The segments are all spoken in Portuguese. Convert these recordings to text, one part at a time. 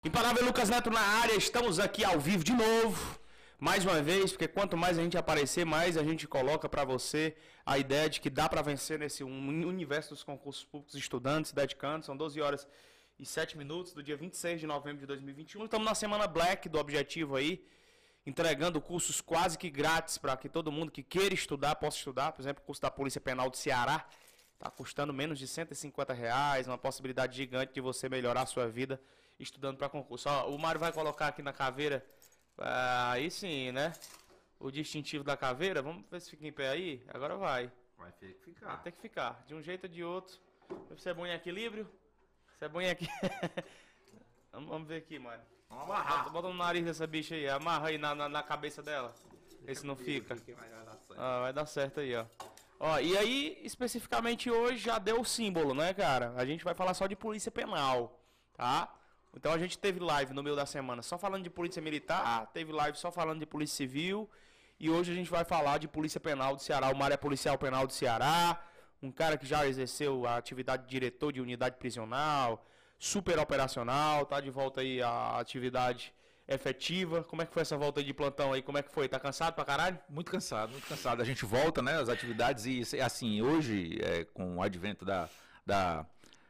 Imparável Lucas Neto na área, estamos aqui ao vivo de novo, mais uma vez, porque quanto mais a gente aparecer, mais a gente coloca para você a ideia de que dá para vencer nesse universo dos concursos públicos, estudantes, dedicando. São 12 horas e 7 minutos do dia 26 de novembro de 2021. Estamos na semana Black do Objetivo aí, entregando cursos quase que grátis para que todo mundo que queira estudar possa estudar. Por exemplo, o curso da Polícia Penal do Ceará está custando menos de R$ 150, uma possibilidade gigante de você melhorar a sua vida estudando para concurso. Ó, o Mário vai colocar aqui na caveira, aí sim, né? O distintivo da caveira. Vamos ver se fica em pé aí. Agora vai. Vai ter que ficar. Vai ter que ficar, de um jeito ou de outro. Você é bom em equilíbrio? Você é bom em aqui. Vamos ver aqui, Mário. Vamos amarrar. Bota no nariz dessa bicha aí. Amarra aí na cabeça dela. Vê se não fica. Vai dar certo aí, ó. Ó, e aí, especificamente hoje, já deu o símbolo, né, cara? A gente vai falar só de polícia penal, tá? Então a gente teve live no meio da semana só falando de polícia militar, teve live só falando de polícia civil, e hoje a gente vai falar de polícia penal do Ceará. O Mário é policial penal do Ceará, um cara que já exerceu a atividade de diretor de unidade prisional, super operacional, tá de volta aí à atividade efetiva. Como é que foi essa volta aí de plantão aí? Como é que foi? Tá cansado pra caralho? Muito cansado, muito cansado. A gente volta, né, às atividades e, assim, hoje, com o advento da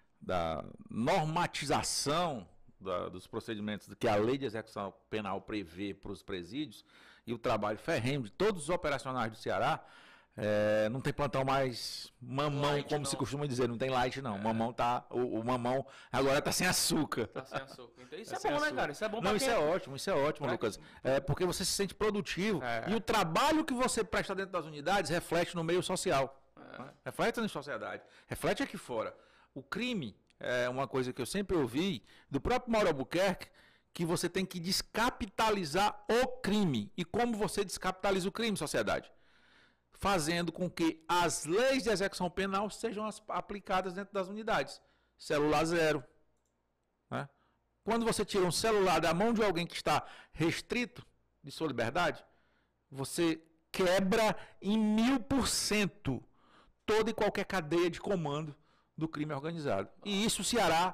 normatização dos procedimentos que a lei de execução penal prevê para os presídios e o trabalho ferrenho de todos os operacionais do Ceará, não tem plantão mais mamão, light, como não se costuma dizer, não tem light não. Mamão tá, o mamão agora tá sem açúcar. Tá sem açúcar. Então isso é bom, né, cara? Isso é bom pra Não, isso é ótimo, Lucas. Porque você se sente produtivo e o trabalho que você presta dentro das unidades reflete no meio social. Reflete na sociedade, reflete aqui fora. O crime é uma coisa que eu sempre ouvi do próprio Mauro Albuquerque, que você tem que descapitalizar o crime. E como você descapitaliza o crime, sociedade? Fazendo com que as leis de execução penal sejam aplicadas dentro das unidades. Celular zero. Né? Quando você tira um celular da mão de alguém que está restrito de sua liberdade, você quebra em 1000% toda e qualquer cadeia de comando do crime organizado. E isso o Ceará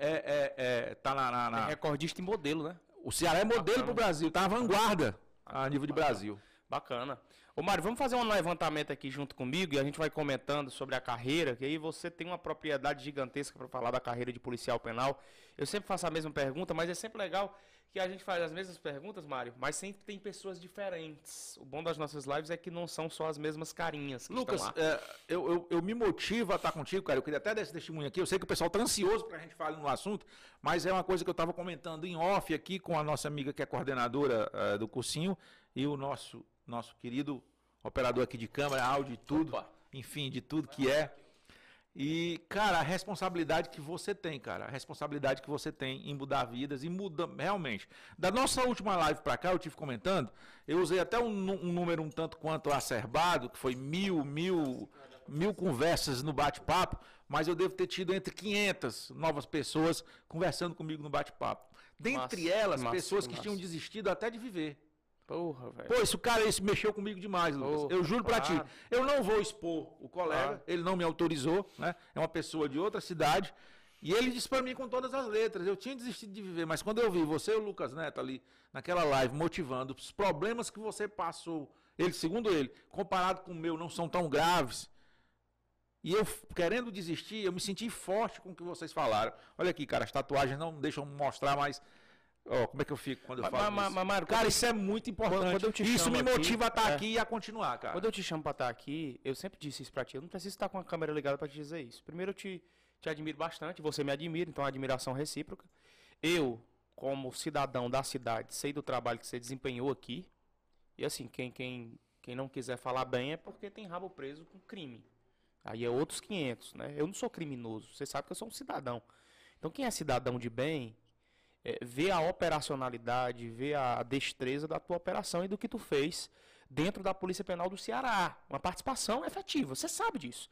tá É recordista em modelo, né? O Ceará é modelo para o Brasil, tá na vanguarda a nível de Brasil. Bacana. Ô Mário, vamos fazer um levantamento aqui junto comigo e a gente vai comentando sobre a carreira, que aí você tem uma propriedade gigantesca para falar da carreira de policial penal. Eu sempre faço a mesma pergunta, mas é sempre legal que a gente faz as mesmas perguntas, Mário, mas sempre tem pessoas diferentes. O bom das nossas lives é que não são só as mesmas carinhas que Lucas, estão lá. Eu me motivo a estar contigo, cara. Eu queria até dar esse testemunho aqui. Eu sei que o pessoal está ansioso para a gente falar no assunto, mas é uma coisa que eu estava comentando em off aqui com a nossa amiga que é coordenadora do cursinho e o nosso querido operador aqui de câmera, áudio e tudo, enfim, de tudo que é. E, cara, a responsabilidade que você tem, cara, a responsabilidade que você tem em mudar vidas e muda realmente. Da nossa última live pra cá, eu tive comentando, eu usei até um número um tanto quanto acerbado, que foi mil conversas no bate-papo, mas eu devo ter tido entre 500 novas pessoas conversando comigo no bate-papo. Dentre elas, pessoas que tinham desistido até de viver. Porra, velho. Pô, esse cara esse mexeu comigo demais, Lucas. Eu juro pra ti. Eu não vou expor o colega, ele não me autorizou, né? É uma pessoa de outra cidade. E ele disse pra mim com todas as letras, eu tinha desistido de viver, mas quando eu vi você e o Lucas Neto ali naquela live motivando os problemas que você passou, ele, segundo ele, comparado com o meu, não são tão graves. E eu querendo desistir, eu me senti forte com o que vocês falaram. Olha aqui, cara, as tatuagens não deixam mostrar mais. Como é que eu fico quando eu falo isso? Mário, cara, isso é muito importante. Isso me motiva a estar aqui e a continuar, cara. Quando eu te chamo pra estar aqui, eu sempre disse isso pra ti. Eu não preciso estar com a câmera ligada pra te dizer isso. Primeiro, eu te admiro bastante, você me admira, então é uma admiração recíproca. Eu, como cidadão da cidade, sei do trabalho que você desempenhou aqui. E assim, quem não quiser falar bem é porque tem rabo preso com crime. Aí é outros 500, né? Eu não sou criminoso, você sabe que eu sou um cidadão. Então quem é cidadão de bem, vê a operacionalidade, vê a destreza da tua operação e do que tu fez dentro da Polícia Penal do Ceará. Uma participação efetiva, você sabe disso.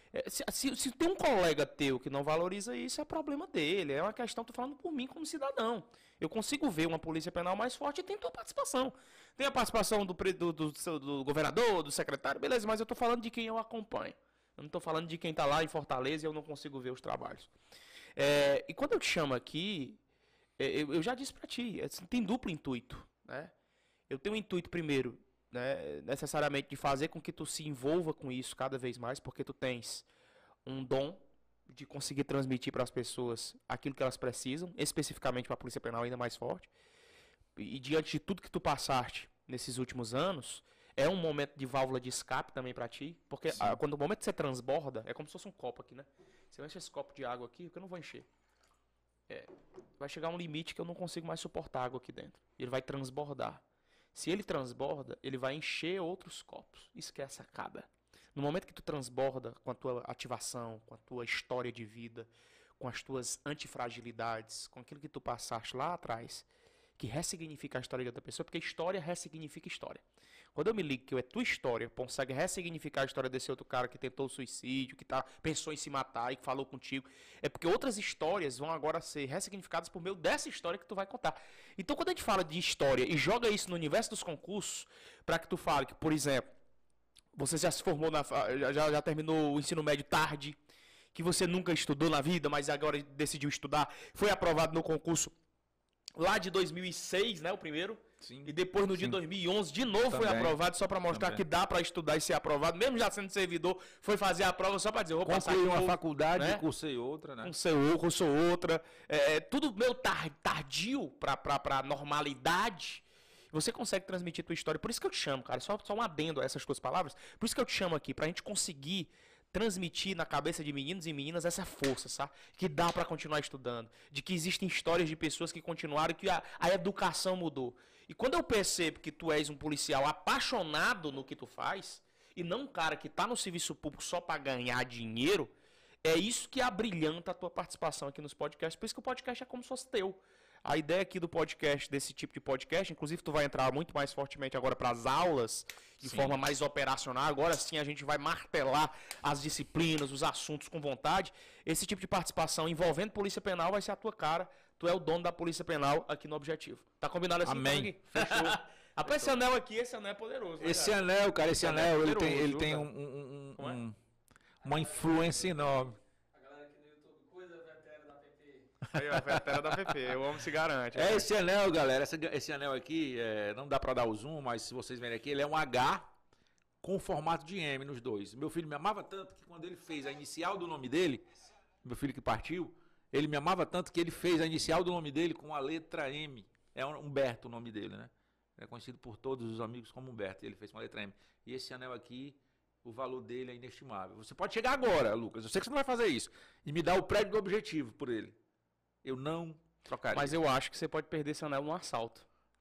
Se tem um colega teu que não valoriza isso, é problema dele. É uma questão, tô falando por mim como cidadão. Eu consigo ver uma Polícia Penal mais forte e tem tua participação. Tem a participação do governador, do secretário, beleza, mas eu tô falando de quem eu acompanho. Eu não estou falando de quem está lá em Fortaleza e eu não consigo ver os trabalhos. E quando eu te chamo aqui, eu já disse pra ti, tem duplo intuito, né? Eu tenho um intuito primeiro, né, necessariamente de fazer com que tu se envolva com isso cada vez mais, porque tu tens um dom de conseguir transmitir para as pessoas aquilo que elas precisam, especificamente para a Polícia Penal ainda mais forte. E diante de tudo que tu passaste nesses últimos anos, é um momento de válvula de escape também para ti, porque quando o momento que você transborda, é como se fosse um copo aqui, né? Você enche esse copo de água aqui, porque eu não vou encher. Vai chegar um limite que eu não consigo mais suportar água aqui dentro. Ele vai transbordar. Se ele transborda, ele vai encher outros copos. Isso que é a sacada. No momento que tu transborda com a tua ativação, com a tua história de vida, com as tuas antifragilidades, com aquilo que tu passaste lá atrás, que ressignifica a história de outra pessoa, porque história ressignifica história. Quando eu me ligo que a tua história consegue ressignificar a história desse outro cara que tentou suicídio, que pensou em se matar e que falou contigo, é porque outras histórias vão agora ser ressignificadas por meio dessa história que tu vai contar. Então quando a gente fala de história e joga isso no universo dos concursos, para que tu fale que, por exemplo, você já se formou, já terminou o ensino médio tarde, que você nunca estudou na vida, mas agora decidiu estudar, foi aprovado no concurso lá de 2006, né, o primeiro, sim, e depois no de 2011 de novo também foi aprovado, só para mostrar que dá para estudar e ser aprovado, mesmo já sendo servidor, foi fazer a prova só para dizer, vou passar aqui. Concluí uma faculdade, né? Cursei outra, né? Cursou outra, tudo meio tardio para normalidade. Você consegue transmitir tua história. Por isso que eu te chamo, cara. Só um adendo a essas tuas palavras. Por isso que eu te chamo aqui, pra gente conseguir transmitir na cabeça de meninos e meninas essa força, sabe? Que dá pra continuar estudando. De que existem histórias de pessoas que continuaram, que a educação mudou. E quando eu percebo que tu és um policial apaixonado no que tu faz, e não um cara que tá no serviço público só pra ganhar dinheiro, é isso que abrilhanta a tua participação aqui nos podcasts. Por isso que o podcast é como se fosse teu. A ideia aqui do podcast, desse tipo de podcast, inclusive tu vai entrar muito mais fortemente agora para as aulas, de forma mais operacional. Agora sim a gente vai martelar as disciplinas, os assuntos com vontade. Esse tipo de participação envolvendo Polícia Penal vai ser a tua cara. Tu é o dono da Polícia Penal aqui no Objetivo. Tá combinado assim? Amém. Fechou. Rapaz, esse anel aqui, esse anel é poderoso. Né, esse anel, cara, esse anel, ele tem uma influência enorme. Aí, ó, veterano da PP, o homem se garante. Esse anel, galera, esse anel aqui, não dá pra dar o zoom, mas se vocês verem aqui, ele é um H com formato de M nos dois. Meu filho me amava tanto que quando ele fez a inicial do nome dele, meu filho que partiu, ele me amava tanto que ele fez a inicial do nome dele com a letra M. É Humberto o nome dele, né? É conhecido por todos os amigos como Humberto, e ele fez com a letra M. E esse anel aqui, o valor dele é inestimável. Você pode chegar agora, Lucas, eu sei que você não vai fazer isso, e me dar o prédio do Objetivo por ele. Eu não trocaria. Mas eu acho que você pode perder esse anel num assalto.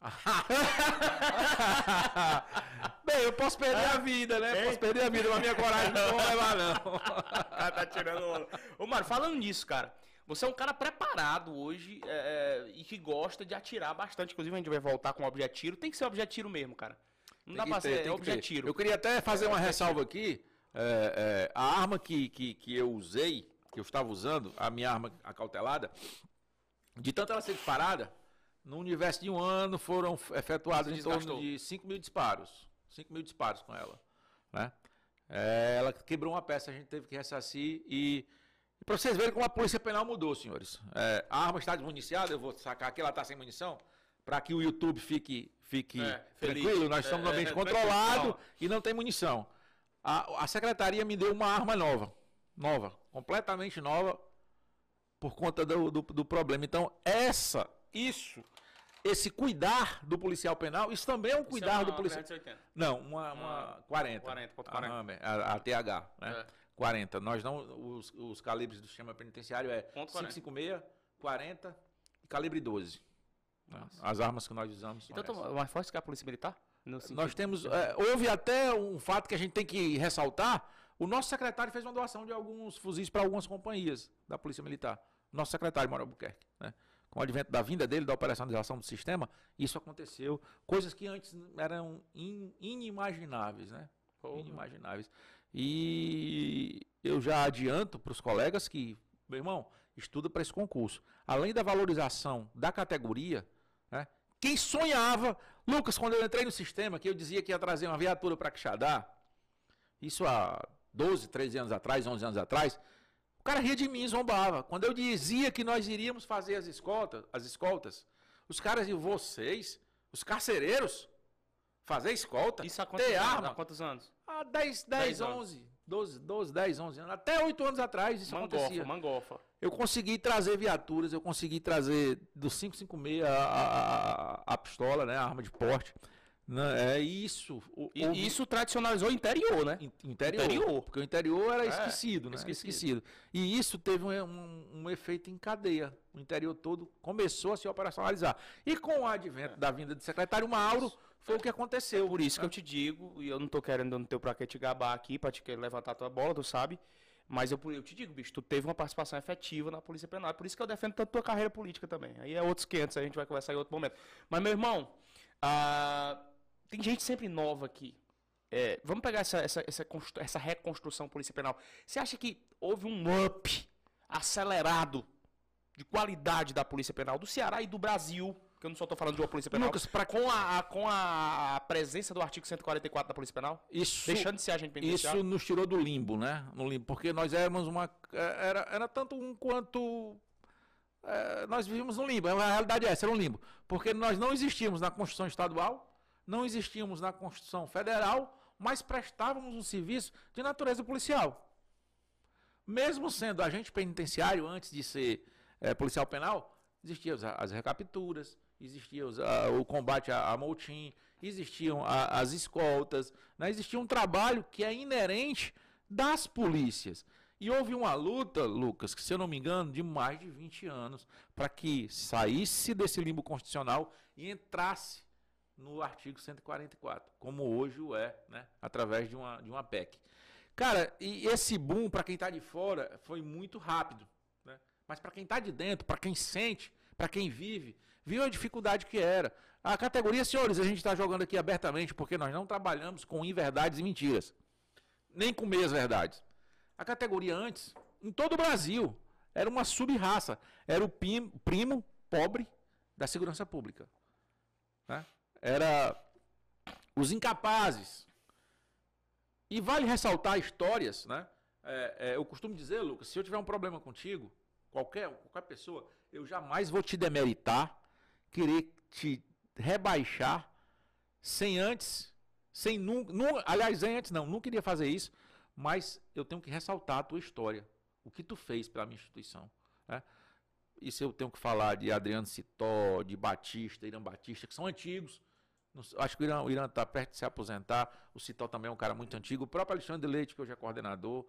Bem, eu posso perder a vida, né? Posso perder a vida, mas a minha coragem não vou levar, não. Tá tirando. Ô, Mário, falando nisso, cara, você é um cara preparado hoje e que gosta de atirar bastante. Inclusive, a gente vai voltar com o Objetivo. Tem que ser Objetivo mesmo, cara. Não dá pra ser Objetivo. Eu queria até fazer uma ressalva aqui. A arma que eu usei, que eu estava usando, a minha arma acautelada, de tanto ela ser disparada, no universo de um ano foram efetuados em torno de 5 mil disparos. 5 mil disparos com ela. Né? Ela quebrou uma peça, a gente teve que ressarcir. E para vocês verem como a Polícia Penal mudou, senhores. A arma está desmuniciada, eu vou sacar aqui, ela está sem munição, para que o YouTube fique tranquilo. Nós estamos no ambiente controlado e não tem munição. A secretaria me deu uma arma nova, completamente nova, por conta do problema. Então, esse cuidar do policial penal, isso também é um cuidar do policial. Não, uma 40. 40. A TH, né? 40. Nós não, os calibres do sistema penitenciário é 556, 40 e calibre 12. As armas que nós usamos. Então, mais forte que a Polícia Militar? Nós temos. Houve até um fato que a gente tem que ressaltar. O nosso secretário fez uma doação de alguns fuzis para algumas companhias da Polícia Militar. Nosso secretário, Mauro Albuquerque. Né? Com o advento da vinda dele, da operacionalização do sistema, isso aconteceu. Coisas que antes eram inimagináveis, né? Inimagináveis. E eu já adianto para os colegas que, meu irmão, estuda para esse concurso. Além da valorização da categoria, né? Quem sonhava, Lucas, quando eu entrei no sistema, que eu dizia que ia trazer uma viatura para Quixadá, isso há 12, 13 anos atrás, 11 anos atrás, cara ria de mim, zombava. Quando eu dizia que nós iríamos fazer as escoltas, os caras diziam, vocês, os carcereiros, fazer escolta, isso há ter arma. Há quantos anos? Há 10 11, 12, 10, 11 anos. Até 8 anos atrás isso acontecia. Mangofa. Eu consegui trazer viaturas, eu consegui trazer do 556 a pistola, né, a arma de porte. É isso. Isso tradicionalizou o interior, né? Interior. Porque o interior era esquecido, né? Esquecido. E isso teve um efeito em cadeia. O interior todo começou a se operacionalizar. E com o advento da vinda do secretário Mauro, foi o que aconteceu. Por isso que eu te digo, e eu não tô querendo, não ter pra que te gabar aqui, pra te levantar tua bola, tu sabe? Mas eu te digo, bicho, tu teve uma participação efetiva na Polícia Penal. É por isso que eu defendo tanto tua carreira política também. Aí é outros 500, a gente vai conversar em outro momento. Mas, meu irmão, tem gente sempre nova aqui. Vamos pegar essa reconstrução Polícia Penal. Você acha que houve um up acelerado de qualidade da Polícia Penal do Ceará e do Brasil? Porque eu não só estou falando de uma Polícia Penal. Lucas, com a presença do artigo 144 da Polícia Penal? Deixando de ser agente penitenciário? Isso nos tirou do limbo, né? No limbo, porque nós éramos era tanto um quanto... nós vivíamos no limbo. A realidade é essa, era um limbo. Porque nós não existíamos na Constituição Estadual, não existíamos na Constituição Federal, mas prestávamos um serviço de natureza policial. Mesmo sendo agente penitenciário, antes de ser policial penal, existiam as recapturas, existia o combate a motim, existiam as escoltas, né? Existia um trabalho que é inerente das polícias. E houve uma luta, Lucas, que se eu não me engano, de mais de 20 anos, para que saísse desse limbo constitucional e entrasse no artigo 144, como hoje o né? Através de uma PEC. Cara, e esse boom, para quem está de fora, foi muito rápido, né? Mas para quem está de dentro, para quem sente, para quem viu a dificuldade que era. A categoria, senhores, a gente está jogando aqui abertamente, porque nós não trabalhamos com inverdades e mentiras, nem com meias verdades. A categoria antes, em todo o Brasil, era uma sub-raça, era o primo pobre da segurança pública, né? Era os incapazes. E vale ressaltar histórias, né? Eu costumo dizer, Lucas, se eu tiver um problema contigo, qualquer pessoa, eu jamais vou te demeritar, querer te rebaixar, sem antes, aliás, antes não queria fazer isso, mas eu tenho que ressaltar a tua história, o que tu fez pela minha instituição, né? Isso eu tenho que falar de Adriano Citó, de Batista, Irã Batista, que são antigos. Acho que o Irã está perto de se aposentar. O Citó também é um cara muito antigo. O próprio Alexandre Leite, que hoje é coordenador.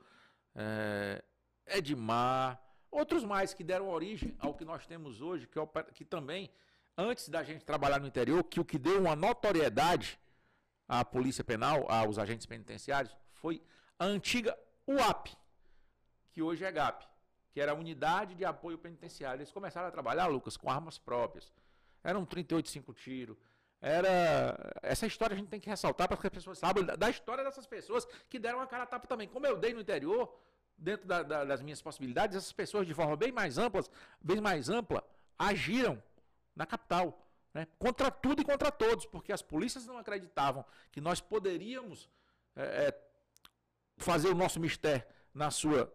Edmar. Outros mais que deram origem ao que nós temos hoje, que também, antes da gente trabalhar no interior, que o que deu uma notoriedade à Polícia Penal, aos agentes penitenciários, foi a antiga UAP, que hoje é GAP, que era a Unidade de Apoio Penitenciário. Eles começaram a trabalhar, Lucas, com armas próprias. Era um 38,5 tiro. Essa história a gente tem que ressaltar para que as pessoas saibam da história dessas pessoas que deram a cara a tapa também. Como eu dei no interior, dentro das minhas possibilidades, essas pessoas de forma bem mais ampla, agiram na capital, né? Contra tudo e contra todos, porque as polícias não acreditavam que nós poderíamos fazer o nosso mistério na sua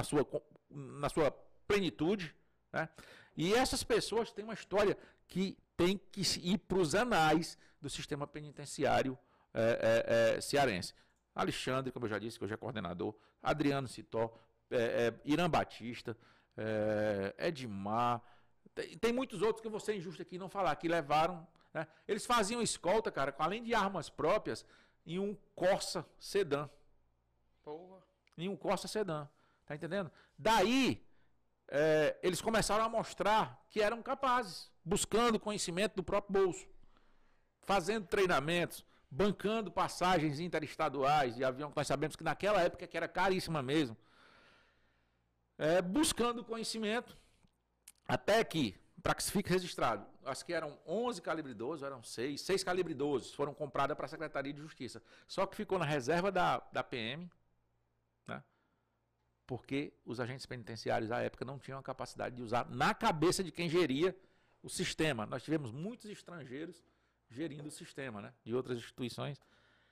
plenitude, né? E essas pessoas têm uma história que tem que ir para os anais do sistema penitenciário cearense. Alexandre, como eu já disse, que hoje é coordenador, Adriano Citó, Irã Batista, Edmar, tem muitos outros que eu vou ser injusto aqui não falar, que levaram, né? Eles faziam escolta, cara, além de armas próprias, em um Corsa sedã. Porra. Em um Corsa sedã, tá entendendo? Daí, eles começaram a mostrar que eram capazes, buscando conhecimento do próprio bolso, fazendo treinamentos, bancando passagens interestaduais de avião, que nós sabemos que naquela época que era caríssima mesmo, buscando conhecimento, até que, para que se fique registrado, acho que eram 11 calibre 12, eram 6 calibre 12, foram compradas para a Secretaria de Justiça, só que ficou na reserva da PM, né? Porque os agentes penitenciários à época não tinham a capacidade de usar na cabeça de quem geria o sistema. Nós tivemos muitos estrangeiros gerindo o sistema, né, de outras instituições.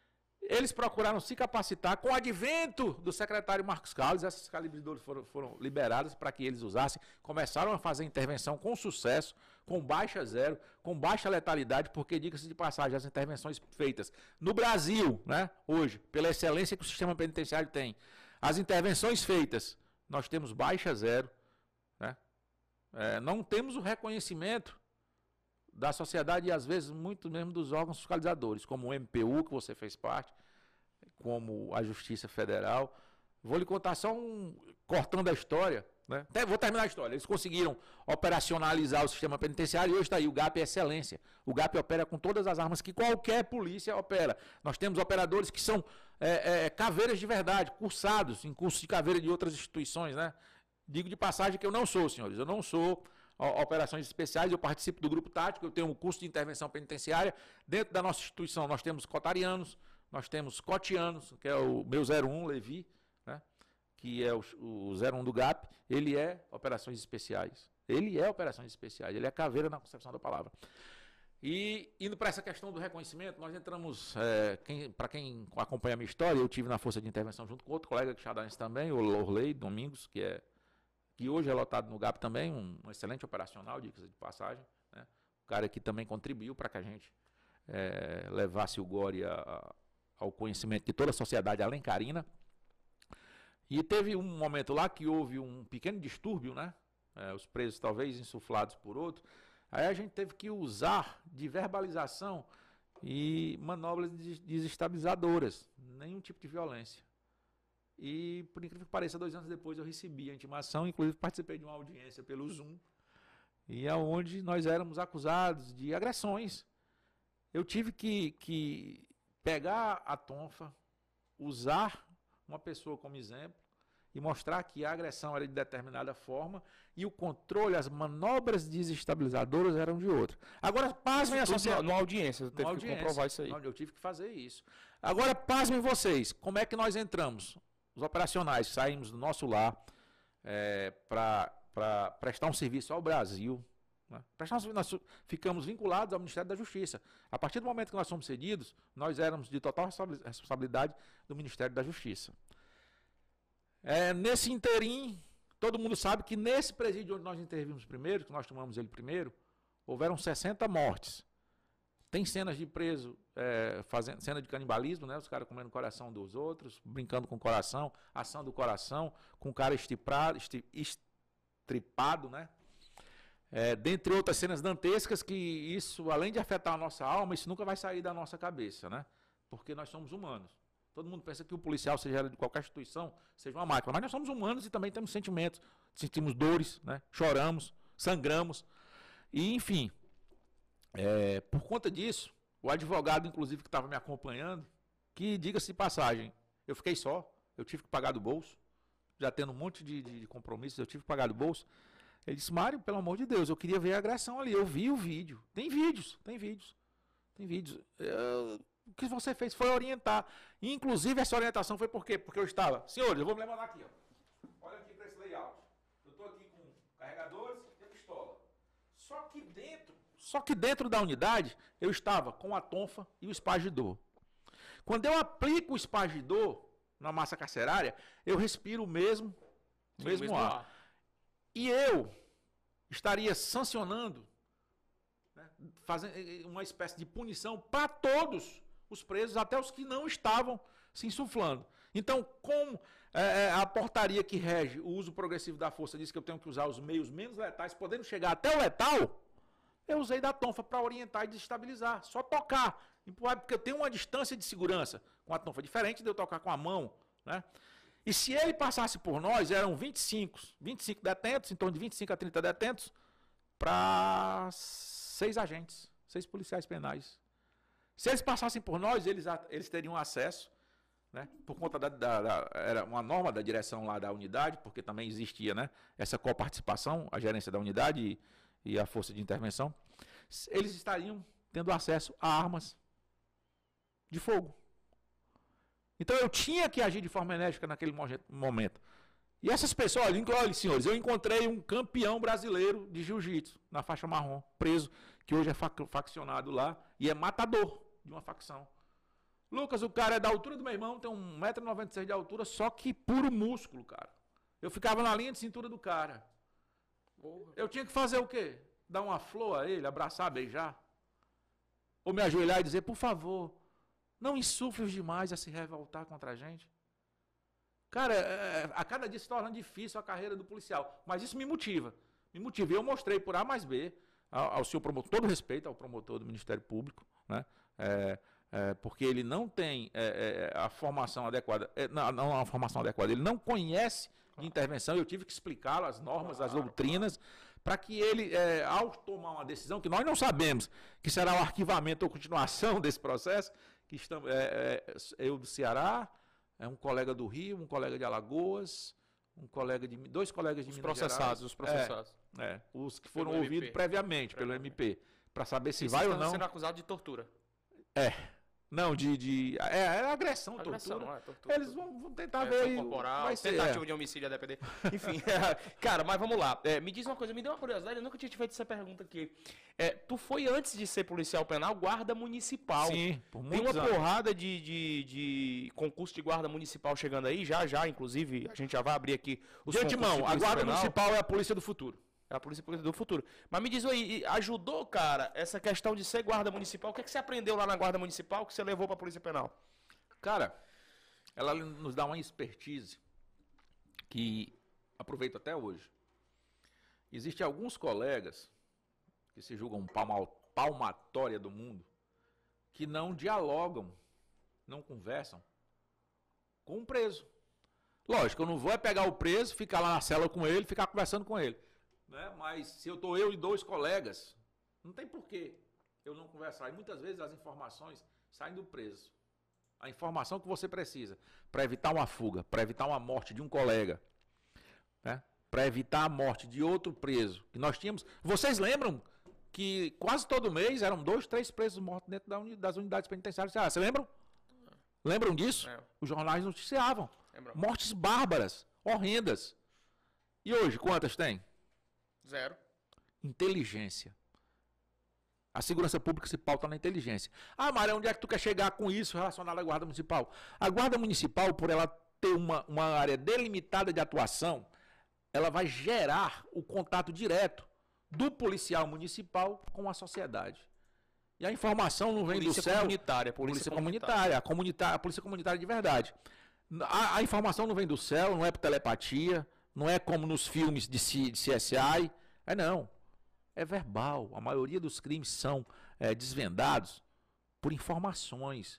Eles procuraram se capacitar com o advento do secretário Marcos Carlos. Essas calibradores foram liberadas para que eles usassem. Começaram a fazer intervenção com sucesso, com baixa zero, com baixa letalidade, porque, diga-se de passagem, as intervenções feitas no Brasil, né, hoje, pela excelência que o sistema penitenciário tem, as intervenções feitas, nós temos baixa zero, né, não temos o reconhecimento da sociedade e, às vezes, muito mesmo dos órgãos fiscalizadores, como o MPU, que você fez parte, como a Justiça Federal. Vou lhe contar só cortando a história, né? Vou terminar a história. Eles conseguiram operacionalizar o sistema penitenciário e hoje está aí, o GAP é excelência. O GAP opera com todas as armas que qualquer polícia opera. Nós temos operadores que são caveiras de verdade, cursados em cursos de caveira de outras instituições, né? Digo de passagem que eu não sou, senhores, eu não sou operações especiais, eu participo do grupo tático, eu tenho um curso de intervenção penitenciária. Dentro da nossa instituição nós temos cotarianos, nós temos cotianos, que é o meu 01, Levi, né, que é o 01 do GAP, ele é operações especiais. Ele é operações especiais, ele é caveira na concepção da palavra. E indo para essa questão do reconhecimento, nós entramos, para quem acompanha a minha história, eu tive na Força de Intervenção junto com outro colega xadanense também, o Lorley Domingos, que hoje é lotado no GAP também, um excelente operacional, dica-se de passagem, né? O cara que também contribuiu para que a gente levasse o GORE ao conhecimento de toda a sociedade alencarina. E teve um momento lá que houve um pequeno distúrbio, né? Os presos talvez insuflados por outro. Aí a gente teve que usar de verbalização e manobras desestabilizadoras, nenhum tipo de violência. E, por incrível que pareça, 2 anos depois eu recebi a intimação, inclusive participei de uma audiência pelo Zoom, e é onde nós éramos acusados de agressões. Eu tive que pegar a tonfa, usar uma pessoa como exemplo e mostrar que a agressão era de determinada forma e o controle, as manobras desestabilizadoras eram de outra. Agora, pasmem a sociedade. Numa audiência, eu tive que comprovar isso aí. Eu tive que fazer isso. Agora, pasmem vocês, como é que nós entramos? Os operacionais saímos do nosso lar para prestar um serviço ao Brasil. Né? Nós ficamos vinculados ao Ministério da Justiça. A partir do momento que nós fomos cedidos, nós éramos de total responsabilidade do Ministério da Justiça. Nesse interim, todo mundo sabe que nesse presídio onde nós intervimos primeiro, que nós tomamos ele primeiro, houveram 60 mortes. Tem cenas de preso, fazendo cena de canibalismo, né? Os caras comendo o coração dos outros, brincando com o coração, assando o coração, com o cara estripado, né? Dentre outras cenas dantescas, que isso, além de afetar a nossa alma, isso nunca vai sair da nossa cabeça, né? Porque nós somos humanos. Todo mundo pensa que o policial, seja de qualquer instituição, seja uma máquina, mas nós somos humanos e também temos sentimentos, sentimos dores, né? Choramos, sangramos, e enfim... por conta disso, o advogado, inclusive, que estava me acompanhando, que, diga-se de passagem, eu fiquei só, eu tive que pagar do bolso, já tendo um monte de compromissos, eu tive que pagar do bolso. Ele disse, Mário, pelo amor de Deus, eu queria ver a agressão ali, eu vi o vídeo. Tem vídeos. O que você fez foi orientar. E, inclusive, essa orientação foi por quê? Porque eu estava, senhores, eu vou me levantar aqui, ó. Olha aqui para esse layout. Eu estou aqui com carregadores e a pistola. Só que dentro da unidade, eu estava com a tonfa e o espagidor. Quando eu aplico o espagidor na massa carcerária, eu respiro o mesmo ar. E eu estaria sancionando, né, fazendo uma espécie de punição para todos os presos, até os que não estavam se insuflando. Então, como a portaria que rege o uso progressivo da força diz que eu tenho que usar os meios menos letais, podendo chegar até o letal, eu usei da tonfa para orientar e desestabilizar. Só tocar. Porque eu tenho uma distância de segurança com a tonfa, diferente de eu tocar com a mão, né? E se ele passasse por nós, eram 25 detentos, em torno de 25 a 30 detentos, para 6 agentes, 6 policiais penais. Se eles passassem por nós, eles teriam acesso, né, por conta era uma norma da direção lá da unidade, porque também existia, né, essa coparticipação, a gerência da unidade e a força de intervenção, eles estariam tendo acesso a armas de fogo. Então eu tinha que agir de forma enérgica naquele momento. E essas pessoas, olha, senhores, eu encontrei um campeão brasileiro de jiu-jitsu na faixa marrom, preso, que hoje é faccionado lá e é matador de uma facção. Lucas, o cara é da altura do meu irmão, tem 1,96 m de altura, só que puro músculo, cara. Eu ficava na linha de cintura do cara. Eu tinha que fazer o quê? Dar uma flor a ele, abraçar, beijar? Ou me ajoelhar e dizer, por favor, não insufle os demais a se revoltar contra a gente? Cara, a cada dia se torna difícil a carreira do policial. Mas isso me motiva. Me motiva. E eu mostrei por A mais B ao senhor promotor, todo respeito ao promotor do Ministério Público, né? Porque ele não tem a formação adequada. Não a formação adequada. Ele não conhece de intervenção. Eu tive que explicá-lo, as normas, as doutrinas, para que ele, ao tomar uma decisão, que nós não sabemos que será o arquivamento ou continuação desse processo, que estamos, eu do Ceará, um colega do Rio, um colega de Alagoas, dois colegas de Minas Gerais. Os processados. Os que foram ouvidos previamente pelo MP, para saber se vai ou não. Sendo acusado de tortura. Não, agressão, tortura. Eles vão tentar ver. Corporal, tentativa de homicídio, a depender. Enfim, cara, mas vamos lá. Me diz uma coisa, me deu uma curiosidade, eu nunca tinha te feito essa pergunta aqui. Tu foi, antes de ser policial penal, guarda municipal. Sim, por muitos anos. Tem uma porrada de concurso de guarda municipal chegando aí, já, inclusive, a gente já vai abrir aqui os de antemão, a guarda municipal é a polícia do futuro. É a polícia do futuro. Mas me diz aí, ajudou, cara, essa questão de ser guarda municipal? O que é que você aprendeu lá na guarda municipal que você levou para a polícia penal? Cara, ela nos dá uma expertise que aproveito até hoje. Existem alguns colegas que se julgam palmatória do mundo que não dialogam, não conversam com o preso. Lógico, eu não vou pegar o preso, ficar lá na cela com ele, ficar conversando com ele. Né? Mas se eu e dois colegas, não tem porquê eu não conversar. E muitas vezes as informações saem do preso. A informação que você precisa para evitar uma fuga, para evitar uma morte de um colega, né? Para evitar a morte de outro preso. Que nós tínhamos. Vocês lembram que quase todo mês eram 2, 3 presos mortos dentro das unidades penitenciárias? Vocês lembram? Lembram disso? Os jornais noticiavam. Mortes bárbaras, horrendas. E hoje, quantas tem? 0. Inteligência. A segurança pública se pauta na inteligência. Ah, Mário, onde é que tu quer chegar com isso relacionado à Guarda Municipal? A Guarda Municipal, por ela ter uma área delimitada de atuação, ela vai gerar o contato direto do policial municipal com a sociedade. E a informação não vem do céu. Polícia comunitária. A polícia comunitária de verdade. A informação não vem do céu, não é por telepatia. Não é como nos filmes de CSI. Não. É verbal. A maioria dos crimes são desvendados por informações.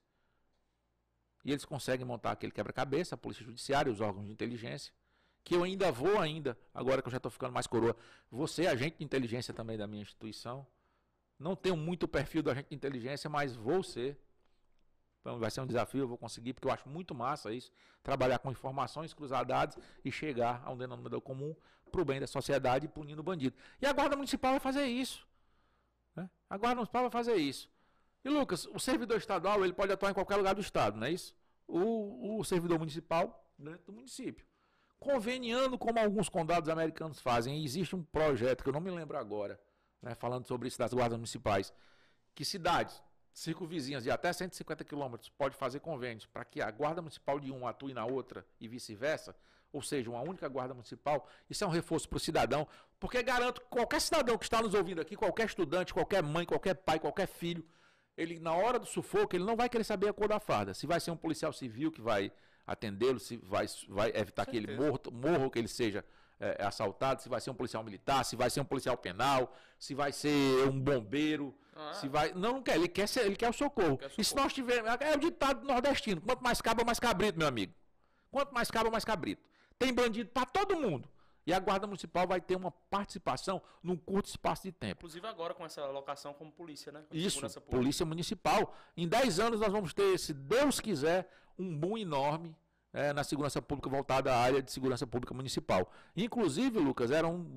E eles conseguem montar aquele quebra-cabeça, a Polícia Judiciária, os órgãos de inteligência, que eu ainda vou, agora que eu já estou ficando mais coroa, vou ser agente de inteligência também da minha instituição. Não tenho muito perfil do agente de inteligência, mas vou ser. Então vai ser um desafio, eu vou conseguir, porque eu acho muito massa isso, trabalhar com informações, cruzar dados e chegar a um denominador comum para o bem da sociedade, punindo o bandido. E a Guarda Municipal vai fazer isso. Né? A Guarda Municipal vai fazer isso. E Lucas, o servidor estadual ele pode atuar em qualquer lugar do estado, não é isso? O servidor municipal dentro do município. Conveniando como alguns condados americanos fazem. E existe um projeto que eu não me lembro agora, né, falando sobre isso das guardas municipais, que cidades circunvizinhas de até 150 quilômetros pode fazer convênios para que a guarda municipal de um atue na outra e vice-versa, ou seja, uma única guarda municipal. Isso é um reforço para o cidadão, porque garanto que qualquer cidadão que está nos ouvindo aqui, qualquer estudante, qualquer mãe, qualquer pai, qualquer filho, ele na hora do sufoco, ele não vai querer saber a cor da farda. Se vai ser um policial civil que vai atendê-lo, se vai evitar que ele morra, que ele seja assaltado, se vai ser um policial militar, se vai ser um policial penal, se vai ser um bombeiro, se vai... Não quer, ele quer o socorro. E se nós tivermos... É o ditado nordestino, quanto mais cabra, mais cabrito, meu amigo. Quanto mais cabra, mais cabrito. Tem bandido para todo mundo. E a Guarda Municipal vai ter uma participação num curto espaço de tempo. Inclusive agora com essa alocação como polícia, né? Isso, Polícia Municipal. Em 10 anos nós vamos ter, se Deus quiser, um boom enorme na segurança pública voltada à área de segurança pública municipal. Inclusive, Lucas,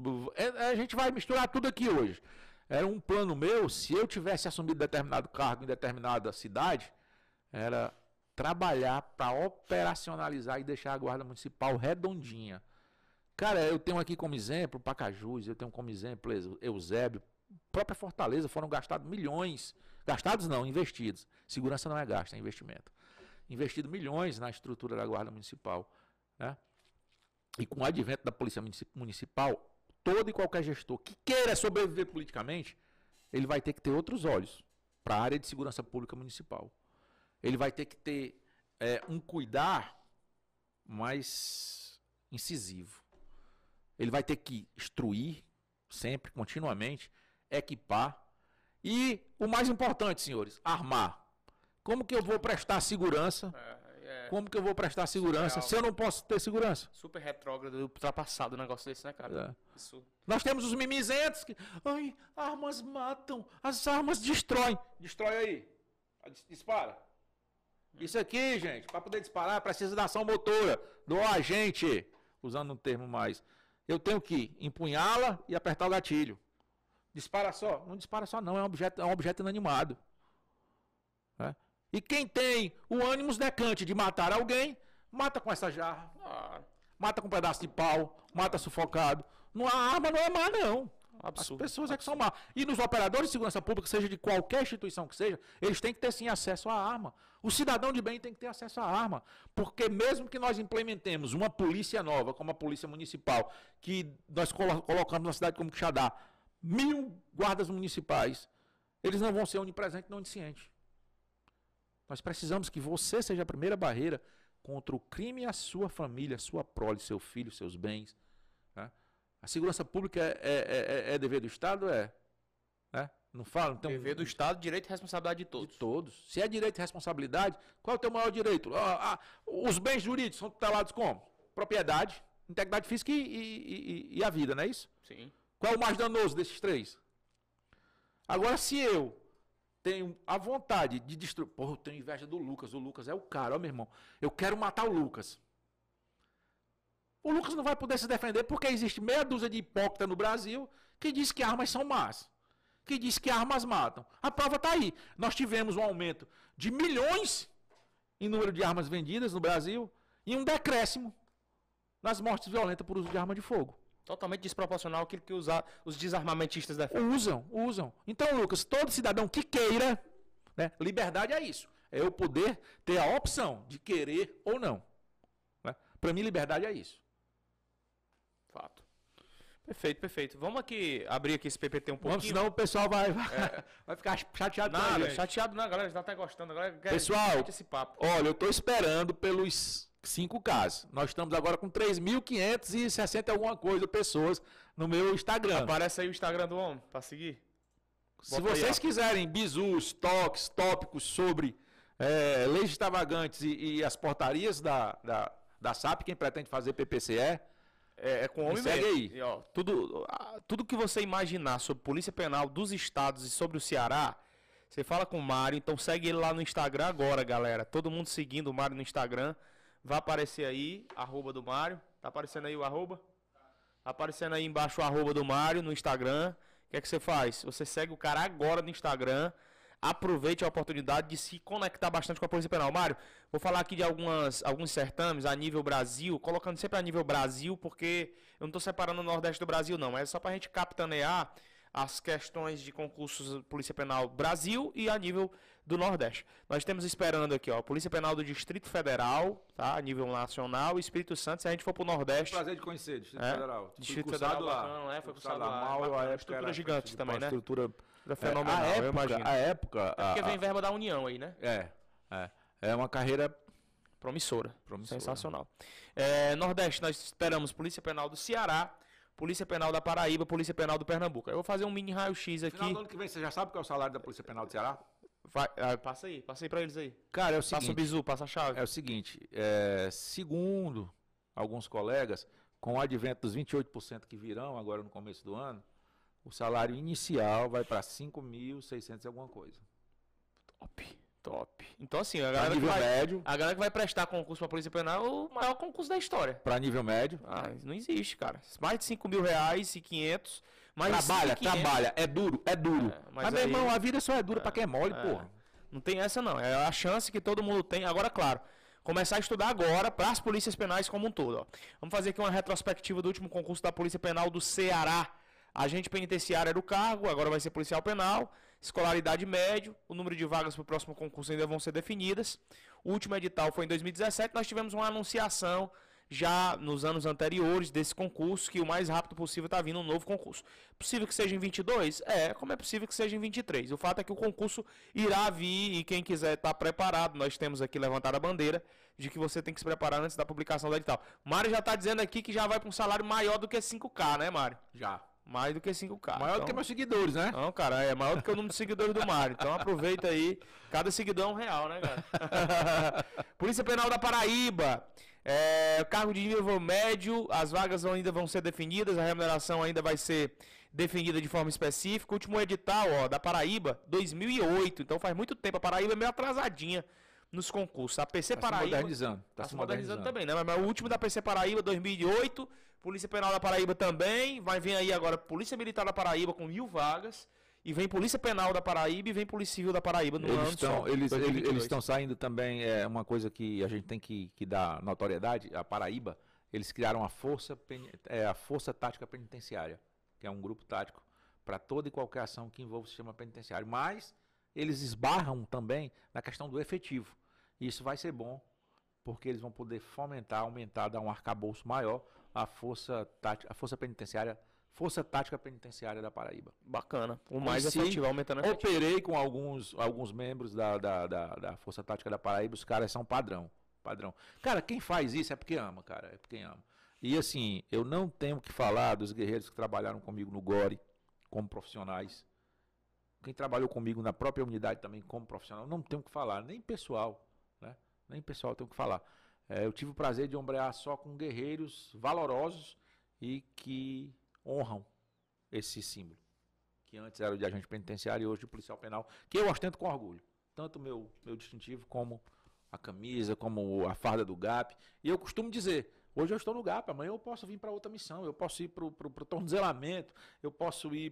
a gente vai misturar tudo aqui hoje. Era um plano meu, se eu tivesse assumido determinado cargo em determinada cidade, era trabalhar para operacionalizar e deixar a Guarda Municipal redondinha. Cara, eu tenho aqui como exemplo Pacajus, eu tenho como exemplo Eusébio, própria Fortaleza, foram gastados milhões, gastados não, investidos. Segurança não é gasto, é investimento. investido milhões na estrutura da Guarda Municipal, né? E com o advento da Polícia Municipal, todo e qualquer gestor que queira sobreviver politicamente, ele vai ter que ter outros olhos para a área de segurança pública municipal. Ele vai ter que ter um cuidar mais incisivo. Ele vai ter que instruir sempre, continuamente, equipar e, o mais importante, senhores, armar. Como que eu vou prestar segurança? Como que eu vou prestar segurança se eu não posso ter segurança? Super retrógrado, ultrapassado o negócio desse, né, cara? Isso. Nós temos os mimizentos que... Ai, armas matam, as armas destroem. Destrói aí. Dispara. Isso aqui, gente, para poder disparar, precisa da ação motora do agente, usando um termo mais. Eu tenho que empunhá-la e apertar o gatilho. Dispara só? Não dispara só, não. É um objeto inanimado. Né? E quem tem o ânimo decante de matar alguém, mata com essa jarra. Mata com um pedaço de pau, mata sufocado. A arma não é má, não. Absurdo. As pessoas é que são más. E nos operadores de segurança pública, seja de qualquer instituição que seja, eles têm que ter sim acesso à arma. O cidadão de bem tem que ter acesso à arma. Porque mesmo que nós implementemos uma polícia nova, como a Polícia Municipal, que nós colocamos na cidade como Quixadá, 1000 guardas municipais, eles não vão ser onipresentes e oniscientes. Nós precisamos que você seja a primeira barreira contra o crime e a sua família, a sua prole, seu filho, seus bens. Né? A segurança pública é dever do Estado? Né? Não fala? Então, dever do Estado, direito e responsabilidade de todos. De todos. Se é direito e responsabilidade, qual é o teu maior direito? Os bens jurídicos são tutelados como? Propriedade, integridade física e a vida, não é isso? Sim. Qual é o mais danoso desses três? Agora, se eu tenho a vontade de destruir... Porra, eu tenho inveja do Lucas. O Lucas é o cara, ó, meu irmão. Eu quero matar o Lucas. O Lucas não vai poder se defender porque existe meia dúzia de hipócritas no Brasil que diz que armas são más. Que diz que armas matam. A prova está aí. Nós tivemos um aumento de milhões em número de armas vendidas no Brasil e um decréscimo nas mortes violentas por uso de arma de fogo. Totalmente desproporcional aquilo que os desarmamentistas defendem. Usam. Então, Lucas, todo cidadão que queira, né, liberdade é isso. É eu poder ter a opção de querer ou não. Né? Para mim, liberdade é isso. Fato. Perfeito. Vamos aqui abrir aqui esse PPT um pouquinho. Senão o pessoal vai ficar chateado. Nada, chateado não, a galera já está gostando. A galera quer pessoal, esse papo. Olha, eu estou esperando pelos 5 casos. Nós estamos agora com 3.560 e alguma coisa pessoas no meu Instagram. Aparece aí o Instagram do homem para seguir. Se vocês quiserem bizus, toques, tópicos sobre leis extravagantes e as portarias da SAP, quem pretende fazer PPCE, com homem segue mesmo. aí. E, ó, tudo que você imaginar sobre Polícia Penal dos estados e sobre o Ceará, você fala com o Mário, então segue ele lá no Instagram agora, galera. Todo mundo seguindo o Mário no Instagram. Vai aparecer aí, arroba do Mário. Tá aparecendo aí o arroba? Aparecendo aí embaixo o arroba do Mário no Instagram. O que é que você faz? Você segue o cara agora no Instagram. Aproveite a oportunidade de se conectar bastante com a Polícia Penal. Mário, vou falar aqui de alguns certames a nível Brasil, colocando sempre a nível Brasil, porque eu não estou separando o Nordeste do Brasil, não. É só para a gente capitanear as questões de concursos Polícia Penal Brasil e a nível do Nordeste. Nós temos esperando aqui, ó, Polícia Penal do Distrito Federal, tá? A nível nacional, e Espírito Santo. Se a gente for pro Nordeste... Prazer de conhecer, Distrito Federal. Distrito Federal bacana, né? Foi cursado lá. Estrutura gigante também, né? Estrutura fenomenal, eu imagino. A época... porque vem verba da União aí, né? É uma carreira promissora. Sensacional. Nordeste, nós esperamos Polícia Penal do Ceará, Polícia Penal da Paraíba, Polícia Penal do Pernambuco. Eu vou fazer um mini raio-x aqui. No final do ano que vem, você já sabe qual é o salário da Polícia Penal do Ceará? Passa aí pra eles aí. Cara, é o seguinte... Passa o bizu, passa a chave. É o seguinte, segundo alguns colegas, com o advento dos 28% que virão agora no começo do ano, o salário inicial vai para 5.600 e alguma coisa. Top. Então, assim, a galera que vai prestar concurso para a Polícia Penal é o maior concurso da história. Para nível médio? Não existe, cara. Mais de R$5.000 e 500. Trabalha. É duro. Mas meu irmão, a vida só é dura para quem é mole, porra. Não tem essa, não. É a chance que todo mundo tem. Agora, claro, começar a estudar agora para as polícias penais como um todo. Ó. Vamos fazer aqui uma retrospectiva do último concurso da Polícia Penal do Ceará. Agente penitenciário era o cargo, agora vai ser policial penal. escolaridade médio, o número de vagas para o próximo concurso ainda vão ser definidas. O último edital foi em 2017, nós tivemos uma anunciação já nos anos anteriores desse concurso, que o mais rápido possível está vindo um novo concurso. Possível que seja em 22? Como é possível que seja em 23? O fato é que o concurso irá vir e quem quiser estar preparado, nós temos aqui levantado a bandeira de que você tem que se preparar antes da publicação do edital. Mário já está dizendo aqui que já vai para um salário maior do que 5K, né, Mário? Já. Mais do que 5K. Maior então, do que meus seguidores, né? Não, cara, é maior do que o número de seguidores do Mário. Então aproveita aí. Cada seguidor é R$1, né, cara? Polícia Penal da Paraíba. Cargo de nível médio, as vagas ainda vão ser definidas, a remuneração ainda vai ser definida de forma específica. O último edital, da Paraíba, 2008. Então faz muito tempo. A Paraíba é meio atrasadinha nos concursos. A PC Paraíba... Tá se modernizando também, né? Mas o último da PC Paraíba, 2008. Polícia Penal da Paraíba também. Vai vir aí agora Polícia Militar da Paraíba com 1.000 vagas. E vem Polícia Penal da Paraíba e vem Polícia Civil da Paraíba no ano só. Eles estão saindo também, uma coisa que a gente tem que dar notoriedade, a Paraíba, eles criaram a Força Tática Penitenciária, que é um grupo tático para toda e qualquer ação que envolva o sistema penitenciário. Mas eles esbarram também na questão do efetivo. E isso vai ser bom, porque eles vão poder fomentar, aumentar, dar um arcabouço maior à Força Tática Penitenciária da Paraíba. Bacana. O mais efetivo, aumentando a efetividade. Operei com alguns membros da Força Tática da Paraíba, os caras são padrão. Cara, quem faz isso é porque ama, cara. É porque ama. E assim, eu não tenho que falar dos guerreiros que trabalharam comigo no GORE, como profissionais. Quem trabalhou comigo na própria unidade também como profissional, não tenho que falar, nem pessoal, né? Nem pessoal tenho que falar. Eu tive o prazer de ombrear só com guerreiros valorosos e que honram esse símbolo, que antes era o de agente penitenciário e hoje de policial penal, que eu ostento com orgulho, tanto meu distintivo como a camisa, como a farda do GAP. E eu costumo dizer, hoje eu estou no GAP, amanhã eu posso vir para outra missão, eu posso ir para o tornozelamento, eu posso ir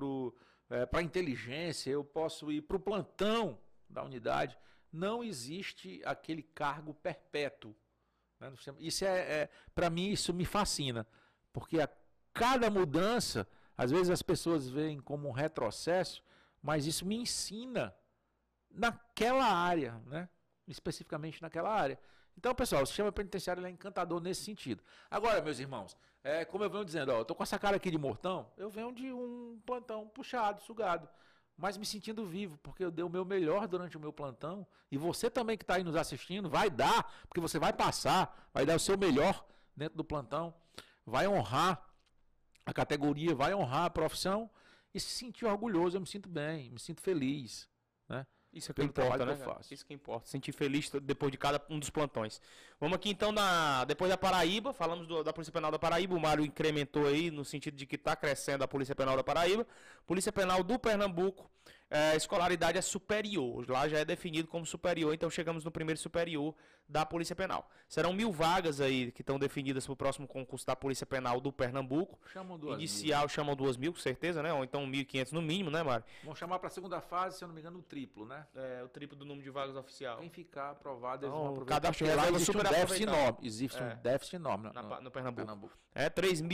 para a inteligência, eu posso ir para o plantão da unidade. Não existe aquele cargo perpétuo, né? Isso para mim, isso me fascina, porque cada mudança, às vezes as pessoas veem como um retrocesso, mas isso me ensina naquela área, né? Especificamente naquela área. Então, pessoal, o sistema penitenciário é encantador nesse sentido. Agora, meus irmãos, como eu venho dizendo, eu tô com essa cara aqui de mortão, eu venho de um plantão puxado, sugado, mas me sentindo vivo, porque eu dei o meu melhor durante o meu plantão, e você também que está aí nos assistindo, vai dar, porque você vai passar, vai dar o seu melhor dentro do plantão, vai honrar a categoria, vai honrar a profissão e se sentir orgulhoso. Eu me sinto bem, me sinto feliz, né? Isso é que importa, né? Isso que importa, sentir feliz depois de cada um dos plantões. Vamos aqui então, depois da Paraíba, falamos da Polícia Penal da Paraíba, o Mário incrementou aí no sentido de que está crescendo a Polícia Penal da Paraíba. Polícia Penal do Pernambuco, escolaridade é superior, lá já é definido como superior, então chegamos no primeiro superior da Polícia Penal. Serão 1.000 vagas aí que estão definidas para o próximo concurso da Polícia Penal do Pernambuco. Chamam 2.000. Inicial chamam 2.000, com certeza, né? Ou então 1.500 no mínimo, né, Mário? Vão chamar para a segunda fase, se eu não me engano, o triplo, né? O triplo do número de vagas oficial. Quem ficar aprovado, eles vão aproveitar. Cadastro reserva super aproveitado. Existe um déficit enorme no Pernambuco. R$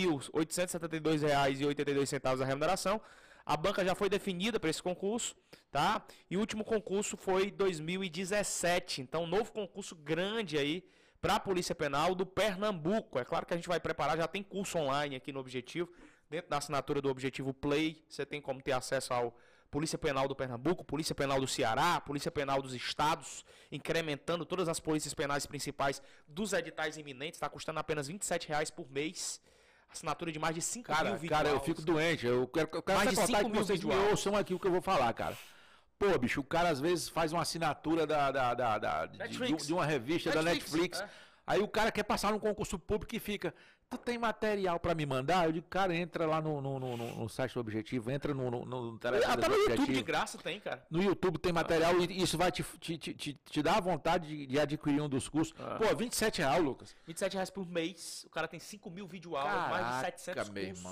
3.872,82 a remuneração. A banca já foi definida para esse concurso, tá? E o último concurso foi em 2017. Então, novo concurso grande aí para a Polícia Penal do Pernambuco. É claro que a gente vai preparar, já tem curso online aqui no Objetivo. Dentro da assinatura do Objetivo Play, você tem como ter acesso ao Polícia Penal do Pernambuco, Polícia Penal do Ceará, Polícia Penal dos Estados, incrementando todas as polícias penais principais dos editais iminentes. Está custando apenas R$ 27,00 por mês. Assinatura de mais de 5 mil vídeos. Cara, eu fico doente. Eu quero mais de 5 mil vocês me ouçam aqui o que eu vou falar, cara. Pô, bicho, o cara às vezes faz uma assinatura de uma revista da Netflix. Aí o cara quer passar num concurso público e fica, tu tem material pra me mandar? Eu digo, cara, entra lá no site do Objetivo, entra no telefone do Objetivo. YouTube de graça tem, cara. No YouTube tem material e isso vai te dar a vontade de adquirir um dos cursos. Pô, R$27,00, Lucas. R$27,00 por mês, o cara tem 5 mil videoaulas, mais de 700 cursos. Meu irmão.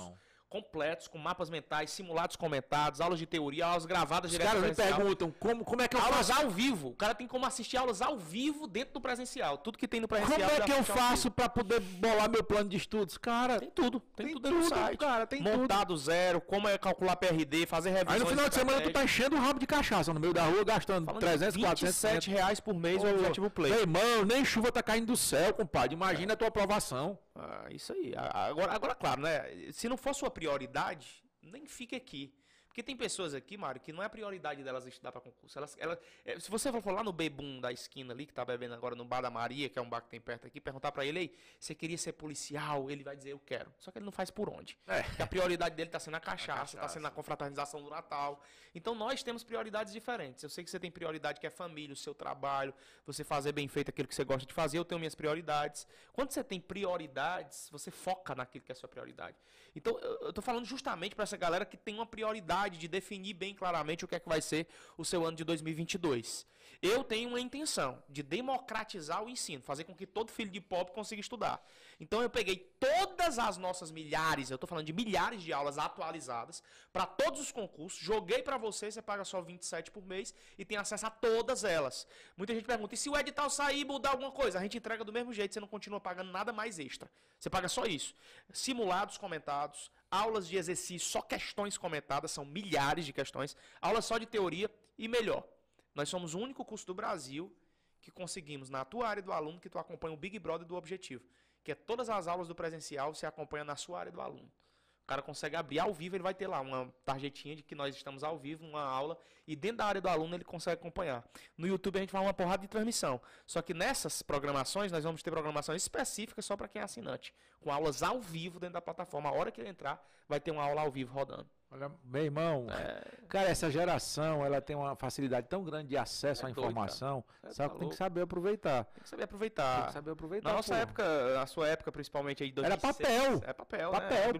completos, com mapas mentais, simulados comentados, aulas de teoria, aulas gravadas direto. Os caras me perguntam como é que eu faço. Aulas ao vivo. O cara tem como assistir aulas ao vivo dentro do presencial. Tudo que tem no presencial. Como é que eu faço para poder bolar meu plano de estudos? Cara, tem tudo. Tem tudo no site. Cara, tem montado tudo. Zero, como é calcular PRD, fazer revisões. Aí no final de semana tu tá enchendo o rabo de cachaça no meio da rua, gastando falando 300, 400 R$27 por mês o Objetivo Play. Meu irmão, nem chuva tá caindo do céu, compadre. Imagina a tua aprovação. Isso aí. Agora, claro, né? Se não for sua prioridade, nem fique aqui. Porque tem pessoas aqui, Mário, que não é a prioridade delas estudar para concurso. Se você for lá no bebum da esquina ali, que tá bebendo agora no Bar da Maria, que é um bar que tem perto aqui, perguntar para ele, você queria ser policial? Ele vai dizer, eu quero. Só que ele não faz por onde. Porque a prioridade dele tá sendo a cachaça, tá sendo a confraternização do Natal. Então nós temos prioridades diferentes. Eu sei que você tem prioridade que é família, o seu trabalho, você fazer bem feito aquilo que você gosta de fazer. Eu tenho minhas prioridades. Quando você tem prioridades, você foca naquilo que é a sua prioridade. Então eu tô falando justamente para essa galera que tem uma prioridade de definir bem claramente o que é que vai ser o seu ano de 2022. Eu tenho uma intenção de democratizar o ensino, fazer com que todo filho de pobre consiga estudar. Então eu peguei todas as nossas milhares, eu estou falando de milhares de aulas atualizadas, para todos os concursos, joguei para você paga só 27 por mês e tem acesso a todas elas. Muita gente pergunta, e se o edital sair e mudar alguma coisa? A gente entrega do mesmo jeito, você não continua pagando nada mais extra. Você paga só isso. Simulados comentados, aulas de exercício, só questões comentadas, são milhares de questões, aulas só de teoria e melhor. Nós somos o único curso do Brasil que conseguimos, na tua área do aluno, que tu acompanha o Big Brother do Objetivo, que é todas as aulas do presencial, você acompanha na sua área do aluno. O cara consegue abrir ao vivo, ele vai ter lá uma tarjetinha de que nós estamos ao vivo, uma aula, e dentro da área do aluno ele consegue acompanhar. No YouTube a gente faz uma porrada de transmissão. Só que nessas programações, nós vamos ter programações específicas só para quem é assinante, com aulas ao vivo dentro da plataforma. A hora que ele entrar, vai ter uma aula ao vivo rodando. Olha, meu irmão, cara, essa geração, ela tem uma facilidade tão grande de acesso à informação, sabe que tem que saber aproveitar. Tem que saber aproveitar. Tem que saber aproveitar. Na nossa época, na sua época, principalmente aí, 2006, era papel. É papel,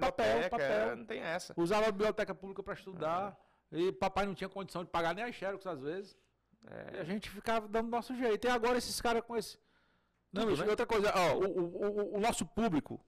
Papel. Não tem essa. Usava a biblioteca pública para estudar, e papai não tinha condição de pagar nem a Xerox às vezes. E a gente ficava dando nosso jeito. E agora esses caras com esse... Não, tudo, outra coisa, o nosso público,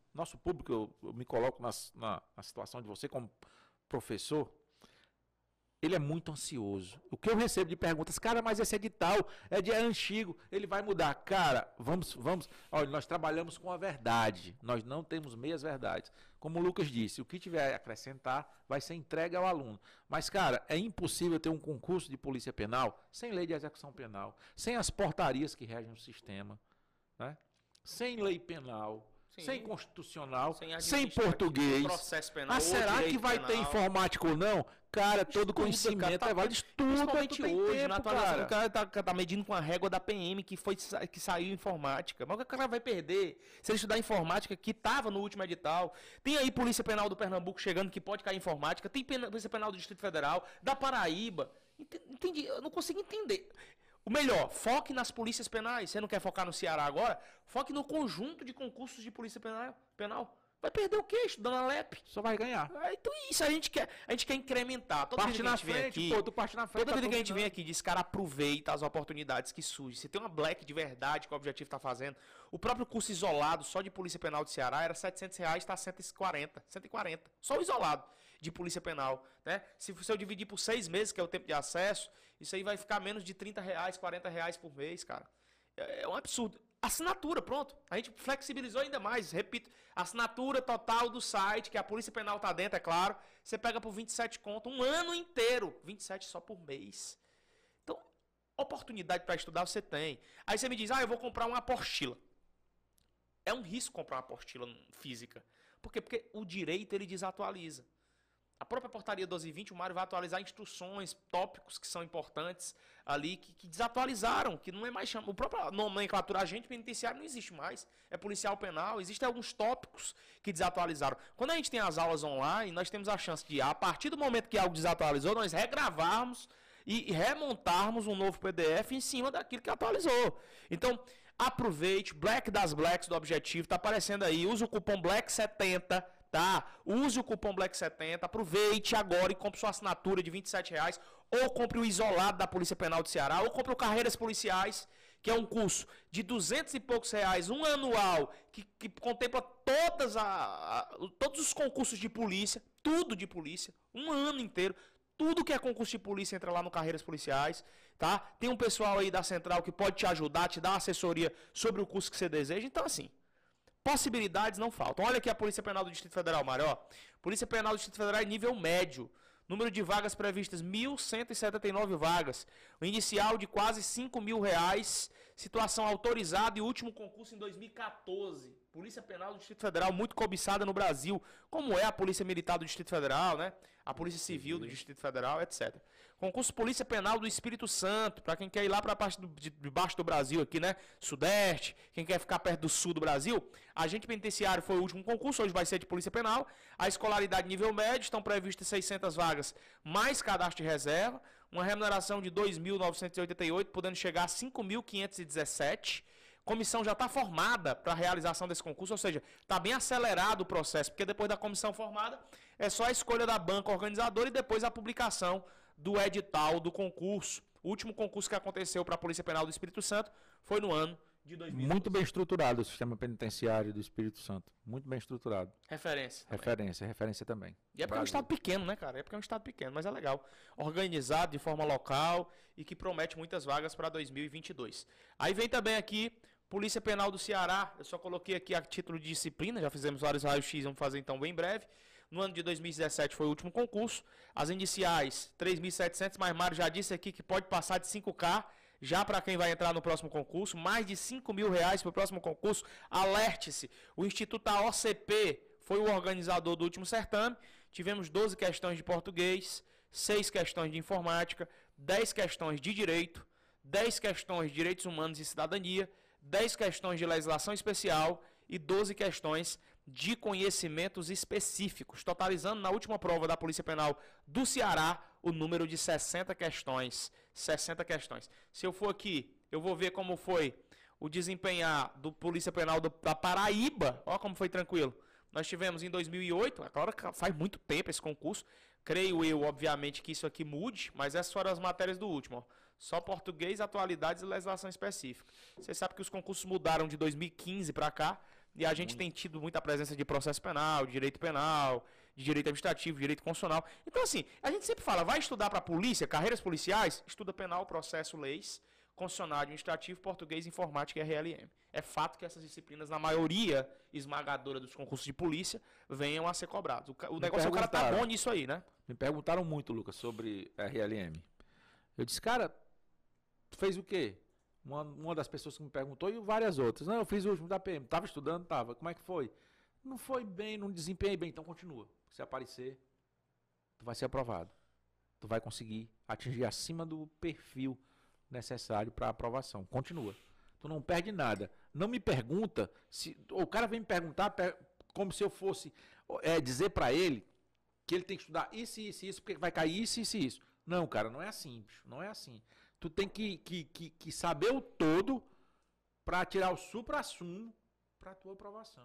eu me coloco na situação de você como professor, ele é muito ansioso. O que eu recebo de perguntas, cara, mas esse edital é antigo, ele vai mudar. Cara, vamos. Olha, nós trabalhamos com a verdade, nós não temos meias verdades. Como o Lucas disse, o que tiver a acrescentar vai ser entregue ao aluno. Mas, cara, é impossível ter um concurso de polícia penal sem lei de execução penal, sem as portarias que regem o sistema, né? Sem lei penal. Sim. Sem constitucional, sem português. Processo penal, será que vai ter informática ou não? Cara, todo conhecimento é válido. Principalmente hoje, tempo, na atualização, o cara tá medindo com a régua da PM que saiu informática. Mas o que o cara vai perder se ele estudar informática que estava no último edital? Tem aí Polícia Penal do Pernambuco chegando que pode cair informática. Tem Polícia Penal do Distrito Federal, da Paraíba. Entendi, eu não consigo entender. O melhor, foque nas polícias penais. Você não quer focar no Ceará agora? Foque no conjunto de concursos de polícia penal. Vai perder o quê? Estudando a LEP. Só vai ganhar. Então isso, a gente quer incrementar. Toda parte na frente, tu parte na frente. Toda vida que a gente vem aqui diz, cara, aproveita as oportunidades que surgem. Você tem uma Black de verdade que o Objetivo está fazendo. O próprio curso isolado, só de Polícia Penal de Ceará, era R$700, está 140. Só o isolado de Polícia Penal, né? Se eu dividir por 6 meses, que é o tempo de acesso, isso aí vai ficar menos de R$30, R$40 por mês, cara. É um absurdo. Assinatura, pronto. A gente flexibilizou ainda mais. Repito, assinatura total do site, que a Polícia Penal está dentro, é claro. Você pega por 27 conto, um ano inteiro. 27 só por mês. Então, oportunidade para estudar você tem. Aí você me diz, eu vou comprar uma apostila. É um risco comprar uma apostila física. Por quê? Porque o direito, ele desatualiza. A própria portaria 1220, o Mário vai atualizar instruções, tópicos que são importantes ali, que desatualizaram, que não é mais chamado. O próprio nomenclatura agente penitenciário não existe mais. É policial penal, existem alguns tópicos que desatualizaram. Quando a gente tem as aulas online, nós temos a chance de, a partir do momento que algo desatualizou, nós regravarmos e remontarmos um novo PDF em cima daquilo que atualizou. Então, aproveite, Black das Blacks do Objetivo, está aparecendo aí, use o cupom BLACK70, tá? Use o cupom BLACK70, aproveite agora e compre sua assinatura de R$27, ou compre o isolado da Polícia Penal de Ceará, ou compre o Carreiras Policiais, que é um curso de R$200 e poucos, um anual, que contempla todos os concursos de polícia, tudo de polícia, um ano inteiro. Tudo que é concurso de polícia entra lá no Carreiras Policiais, tá? Tem um pessoal aí da Central que pode te ajudar, te dar assessoria sobre o curso que você deseja. Então, assim, possibilidades não faltam. Olha aqui a Polícia Penal do Distrito Federal, Mário, ó. Polícia Penal do Distrito Federal é nível médio. Número de vagas previstas, 1.179 vagas. O inicial de quase R$5.000. Situação autorizada e último concurso em 2014. Polícia Penal do Distrito Federal, muito cobiçada no Brasil, como é a Polícia Militar do Distrito Federal, né? A Polícia Civil do Distrito Federal, etc. Concurso Polícia Penal do Espírito Santo, para quem quer ir lá para a parte de baixo do Brasil aqui, né? Sudeste, quem quer ficar perto do sul do Brasil. Agente penitenciário foi o último concurso, hoje vai ser de Polícia Penal. A escolaridade nível médio, estão previstas 600 vagas, mais cadastro de reserva. Uma remuneração de 2.988, podendo chegar a 5.517. Comissão já está formada para a realização desse concurso, ou seja, está bem acelerado o processo, porque depois da comissão formada é só a escolha da banca organizadora e depois a publicação do edital do concurso. O último concurso que aconteceu para a Polícia Penal do Espírito Santo foi no ano de 2012. Muito bem estruturado o sistema penitenciário do Espírito Santo. Muito bem estruturado. Referência. Referência também. E é porque é um estado pequeno, né, cara? É porque é um estado pequeno, mas é legal. Organizado de forma local e que promete muitas vagas para 2022. Aí vem também aqui Polícia Penal do Ceará. Eu só coloquei aqui a título de disciplina, já fizemos vários raios-x, vamos fazer então bem breve. No ano de 2017 foi o último concurso. As iniciais, 3.700, mas Mário já disse aqui que pode passar de 5K, já para quem vai entrar no próximo concurso. Mais de R$5.000 para o próximo concurso. Alerte-se, o Instituto AOCP foi o organizador do último certame. Tivemos 12 questões de português, 6 questões de informática, 10 questões de direito, 10 questões de direitos humanos e cidadania, 10 questões de legislação especial e 12 questões de conhecimentos específicos, totalizando na última prova da Polícia Penal do Ceará o número de 60 questões. 60 questões. Se eu for aqui, eu vou ver como foi o desempenhar do Polícia Penal da Paraíba. Olha como foi tranquilo. Nós tivemos em 2008, agora faz muito tempo esse concurso. Creio eu, obviamente, que isso aqui mude, mas essas foram as matérias do último. Ó. Só português, atualidades e legislação específica. Você sabe que os concursos mudaram de 2015 para cá e a gente tem tido muita presença de processo penal, de direito penal, de direito administrativo, de direito constitucional. Então, assim, a gente sempre fala, vai estudar para a polícia, carreiras policiais, estuda penal, processo, leis, constitucional, administrativo, português, informática e RLM. É fato que essas disciplinas, na maioria esmagadora dos concursos de polícia, venham a ser cobrados. O negócio é o cara tá bom nisso aí, né? Me perguntaram muito, Lucas, sobre RLM. Eu disse, cara, tu fez o quê? Uma das pessoas que me perguntou e várias outras. Não, eu fiz o último da PM. Tava estudando? Tava. Como é que foi? Não foi bem, não desempenhei bem. Então continua. Se aparecer, tu vai ser aprovado. Tu vai conseguir atingir acima do perfil necessário para aprovação. Continua. Tu não perde nada. Não me pergunta se o cara vem me perguntar como se eu fosse dizer para ele que ele tem que estudar isso, porque vai cair isso. Não, cara, não é assim, bicho. Não é assim. Tu tem que saber o todo para tirar o supra-sumo para a tua aprovação.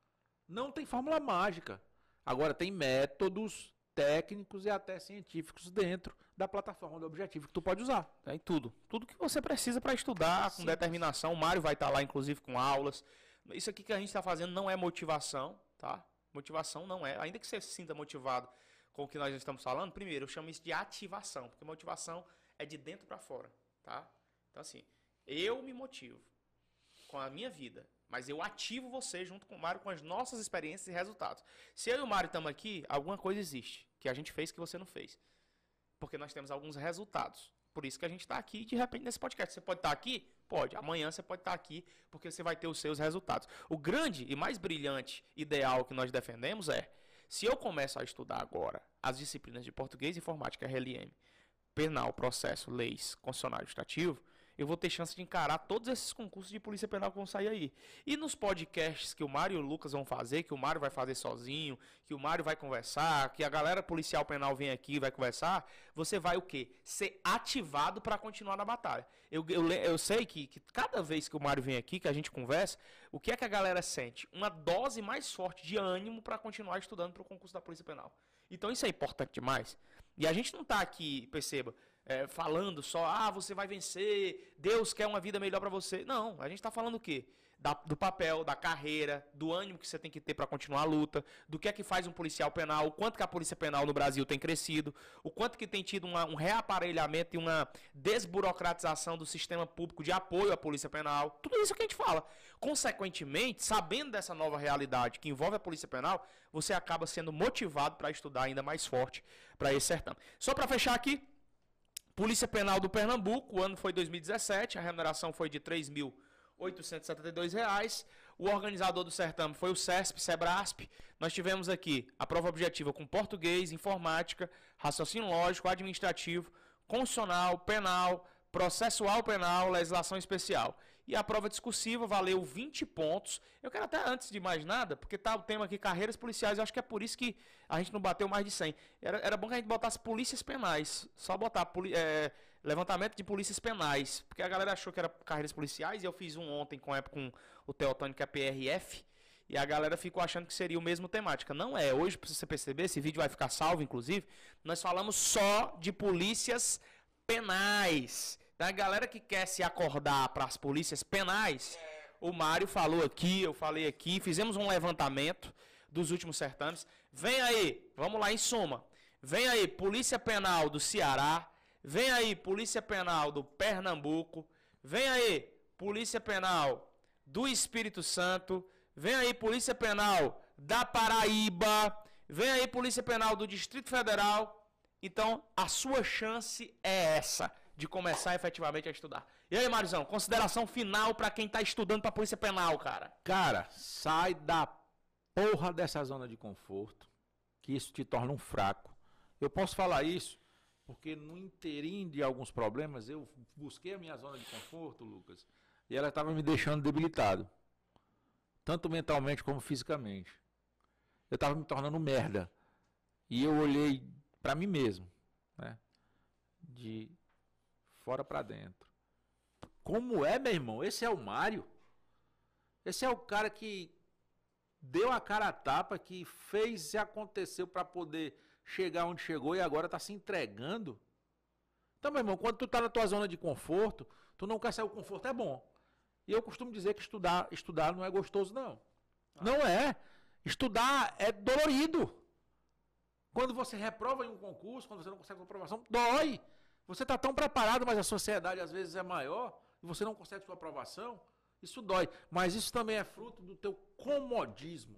Não tem fórmula mágica. Agora tem métodos técnicos e até científicos dentro da plataforma do Objetivo que tu pode usar. Tem tudo. Tudo que você precisa para estudar com determinação. O Mário vai estar lá, inclusive, com aulas. Isso aqui que a gente está fazendo não é motivação, tá? Motivação não é. Ainda que você se sinta motivado com o que nós estamos falando, primeiro, eu chamo isso de ativação. Porque motivação é de dentro para fora, tá? Então, assim, eu me motivo com a minha vida, mas eu ativo você junto com o Mário com as nossas experiências e resultados. Se eu e o Mário estamos aqui, alguma coisa existe que a gente fez que você não fez. Porque nós temos alguns resultados. Por isso que a gente está aqui, de repente, nesse podcast. Você pode estar aqui? Pode. Amanhã você pode estar aqui, porque você vai ter os seus resultados. O grande e mais brilhante ideal que nós defendemos é, se eu começo a estudar agora as disciplinas de português, informática, RLM, penal, processo, leis, constitucional administrativo, eu vou ter chance de encarar todos esses concursos de polícia penal que vão sair aí. E nos podcasts que o Mário e o Lucas vão fazer, que o Mário vai fazer sozinho, que o Mário vai conversar, que a galera policial penal vem aqui e vai conversar, você vai o quê? Ser ativado para continuar na batalha. Eu sei que cada vez que o Mário vem aqui, que a gente conversa, o que é que a galera sente? Uma dose mais forte de ânimo para continuar estudando para o concurso da polícia penal. Então isso é importante demais. E a gente não está aqui, perceba, falando só, você vai vencer, Deus quer uma vida melhor para você. Não, a gente está falando o quê? do papel, da carreira, do ânimo que você tem que ter para continuar a luta, do que é que faz um policial penal, o quanto que a polícia penal no Brasil tem crescido, o quanto que tem tido um reaparelhamento e uma desburocratização do sistema público de apoio à polícia penal. Tudo isso que a gente fala. Consequentemente, sabendo dessa nova realidade que envolve a polícia penal, você acaba sendo motivado para estudar ainda mais forte para esse certame. Só para fechar aqui, Polícia Penal do Pernambuco, o ano foi 2017, a remuneração foi de R$ 3.872. O organizador do certame foi o SESP-SEBRASP. Nós tivemos aqui a prova objetiva com português, informática, raciocínio lógico, administrativo, constitucional, penal, processual penal, legislação especial. E a prova discursiva valeu 20 pontos. Eu quero até, antes de mais nada, porque tá o tema aqui, carreiras policiais, eu acho que é por isso que a gente não bateu mais de 100. Era bom que a gente botasse polícias penais. Só botar levantamento de polícias penais. Porque a galera achou que era carreiras policiais, e eu fiz um ontem com o Teotônio, que é PRF, e a galera ficou achando que seria o mesmo temática. Não é. Hoje, para você perceber, esse vídeo vai ficar salvo, inclusive, nós falamos só de polícias penais. Da galera que quer se acordar para as polícias penais, o Mário falou aqui, eu falei aqui, fizemos um levantamento dos últimos certames. Vem aí, vamos lá em suma. Vem aí, Polícia Penal do Ceará. Vem aí, Polícia Penal do Pernambuco. Vem aí, Polícia Penal do Espírito Santo. Vem aí, Polícia Penal da Paraíba. Vem aí, Polícia Penal do Distrito Federal. Então, a sua chance é essa, de começar efetivamente a estudar. E aí, Marizão, consideração final para quem tá estudando pra Polícia Penal, cara? Cara, sai da porra dessa zona de conforto, que isso te torna um fraco. Eu posso falar isso porque no inteirinho de alguns problemas eu busquei a minha zona de conforto, Lucas, e ela estava me deixando debilitado, tanto mentalmente como fisicamente. Eu estava me tornando merda. E eu olhei para mim mesmo, né? De fora para dentro. Como é, meu irmão? Esse é o Mário. Esse é o cara que deu a cara a tapa, que fez e aconteceu para poder chegar onde chegou e agora está se entregando. Então, meu irmão, quando tu tá na tua zona de conforto, tu não quer sair, o conforto é bom. E eu costumo dizer que estudar não é gostoso, não. Não é. Estudar é dolorido. Quando você reprova em um concurso, quando você não consegue uma aprovação, dói. Você está tão preparado, mas a sociedade às vezes é maior, e você não consegue sua aprovação, isso dói. Mas isso também é fruto do teu comodismo.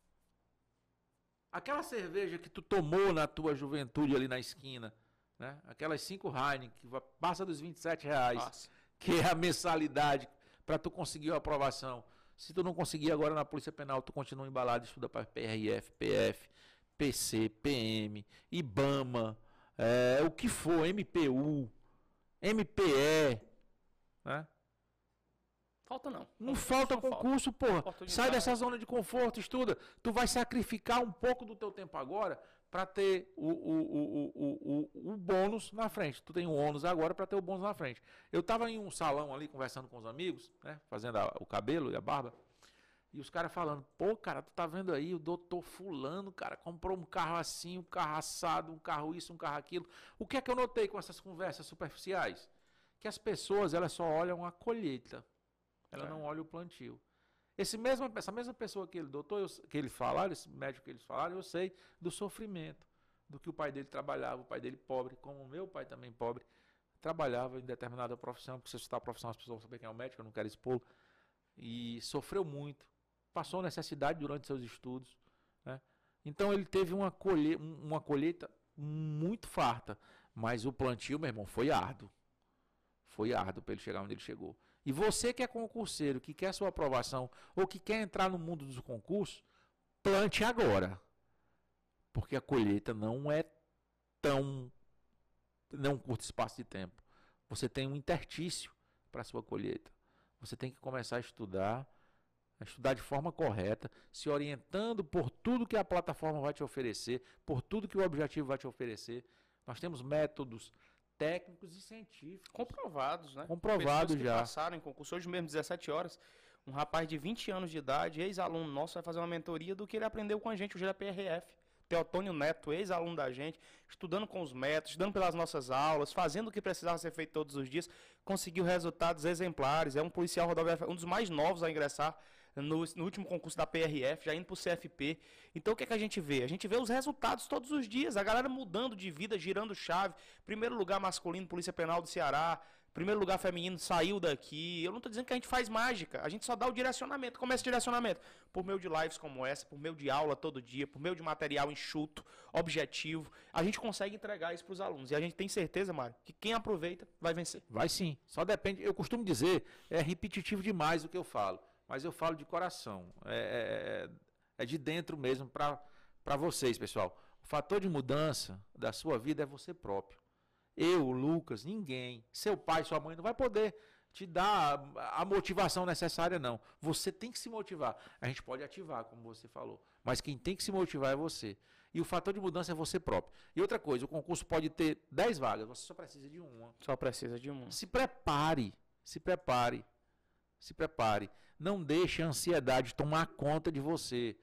Aquela cerveja que tu tomou na tua juventude ali na esquina, né? Aquelas 5 Heineken, que passa dos R$27, nossa, que é a mensalidade para tu conseguir a aprovação. Se tu não conseguir agora na Polícia Penal, tu continua embalado e estuda para PRF, PF, PC, PM, IBAMA, o que for, MPU, MPE, né? Falta não. Não falta concurso, porra. Sai dessa zona de conforto, estuda. Tu vai sacrificar um pouco do teu tempo agora para ter o bônus na frente. Tu tem um ônus agora para ter o bônus na frente. Eu tava em um salão ali conversando com os amigos, né? Fazendo o cabelo e a barba. E os caras falando, pô, cara, tu tá vendo aí, o doutor fulano, cara, comprou um carro assim, um carro assado, um carro isso, um carro aquilo. O que é que eu notei com essas conversas superficiais? Que as pessoas, elas só olham a colheita. Ela não olha o plantio. Essa mesma pessoa que ele, doutor, que eles falaram, esse médico que eles falaram, eu sei do sofrimento, do que o pai dele trabalhava, o pai dele pobre, como o meu pai também pobre, trabalhava em determinada profissão, porque se eu citar a profissão, as pessoas vão saber quem é o médico, eu não quero expor, e sofreu muito, passou necessidade durante seus estudos, né? Então ele teve uma colheita muito farta, mas o plantio, meu irmão, foi árduo. Foi árduo para ele chegar onde ele chegou. E você que é concurseiro, que quer sua aprovação, ou que quer entrar no mundo dos concursos, plante agora. Porque a colheita não é não curto espaço de tempo. Você tem um interstício para a sua colheita. Você tem que começar a estudar de forma correta, se orientando por tudo que a plataforma vai te oferecer, por tudo que o objetivo vai te oferecer. Nós temos métodos técnicos e científicos. Comprovados, né? Comprovados já. Que passaram em concurso. Hoje mesmo, 17 horas, um rapaz de 20 anos de idade, ex-aluno nosso, vai fazer uma mentoria do que ele aprendeu com a gente, hoje ele é PRF. Teotônio Neto, ex-aluno da gente, estudando com os métodos, estudando pelas nossas aulas, fazendo o que precisava ser feito todos os dias, conseguiu resultados exemplares. É um policial rodoviário, um dos mais novos a ingressar no último concurso da PRF, já indo para o CFP. Então o que é que a gente vê? A gente vê os resultados todos os dias, a galera mudando de vida, girando chave. Primeiro lugar masculino, Polícia Penal do Ceará. Primeiro lugar feminino saiu daqui. Eu não estou dizendo que a gente faz mágica, a gente só dá o direcionamento. Como é esse direcionamento? Por meio de lives como essa, por meio de aula todo dia, por meio de material enxuto, objetivo. A gente consegue entregar isso para os alunos. E a gente tem certeza, Mário, que quem aproveita vai vencer. Vai sim. Só depende. Eu costumo dizer, é repetitivo demais o que eu falo, mas eu falo de coração. É de dentro mesmo para vocês, pessoal. O fator de mudança da sua vida é você próprio. Eu, Lucas, ninguém, seu pai, sua mãe não vai poder te dar a motivação necessária, não. Você tem que se motivar. A gente pode ativar, como você falou, mas quem tem que se motivar é você. E o fator de mudança é você próprio. E outra coisa, o concurso pode ter 10 vagas, você só precisa de uma. Só precisa de uma. Se prepare, se prepare, se prepare. Não deixe a ansiedade tomar conta de você.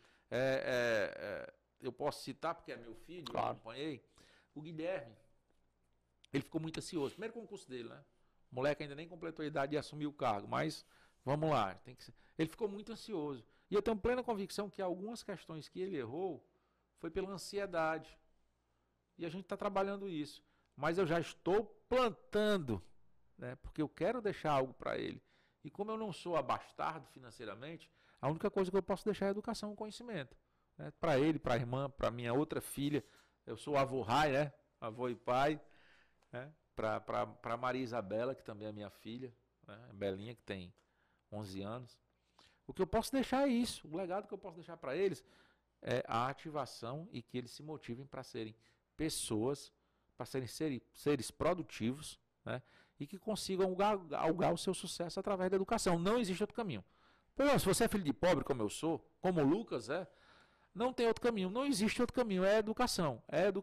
Eu posso citar, porque é meu filho, claro. Eu acompanhei, o Guilherme. Ele ficou muito ansioso. Primeiro concurso dele, né? O moleque ainda nem completou a idade de assumir o cargo, mas vamos lá. Ele ficou muito ansioso. E eu tenho plena convicção que algumas questões que ele errou foi pela ansiedade. E a gente está trabalhando isso. Mas eu já estou plantando, né? Porque eu quero deixar algo para ele. E como eu não sou abastardo financeiramente, a única coisa que eu posso deixar é a educação e o conhecimento. Né? Para ele, para a irmã, para minha outra filha. Eu sou avô Rai, né? Avô e pai. Para Maria Isabela, que também é minha filha, né? Belinha, que tem 11 anos. O que eu posso deixar é isso. O legado que eu posso deixar para eles é a ativação e que eles se motivem para serem pessoas, para serem seres produtivos, né? E que consigam galgar o seu sucesso através da educação. Não existe outro caminho. Pô, se você é filho de pobre, como eu sou, como o Lucas é, não tem outro caminho, não existe outro caminho, é educação,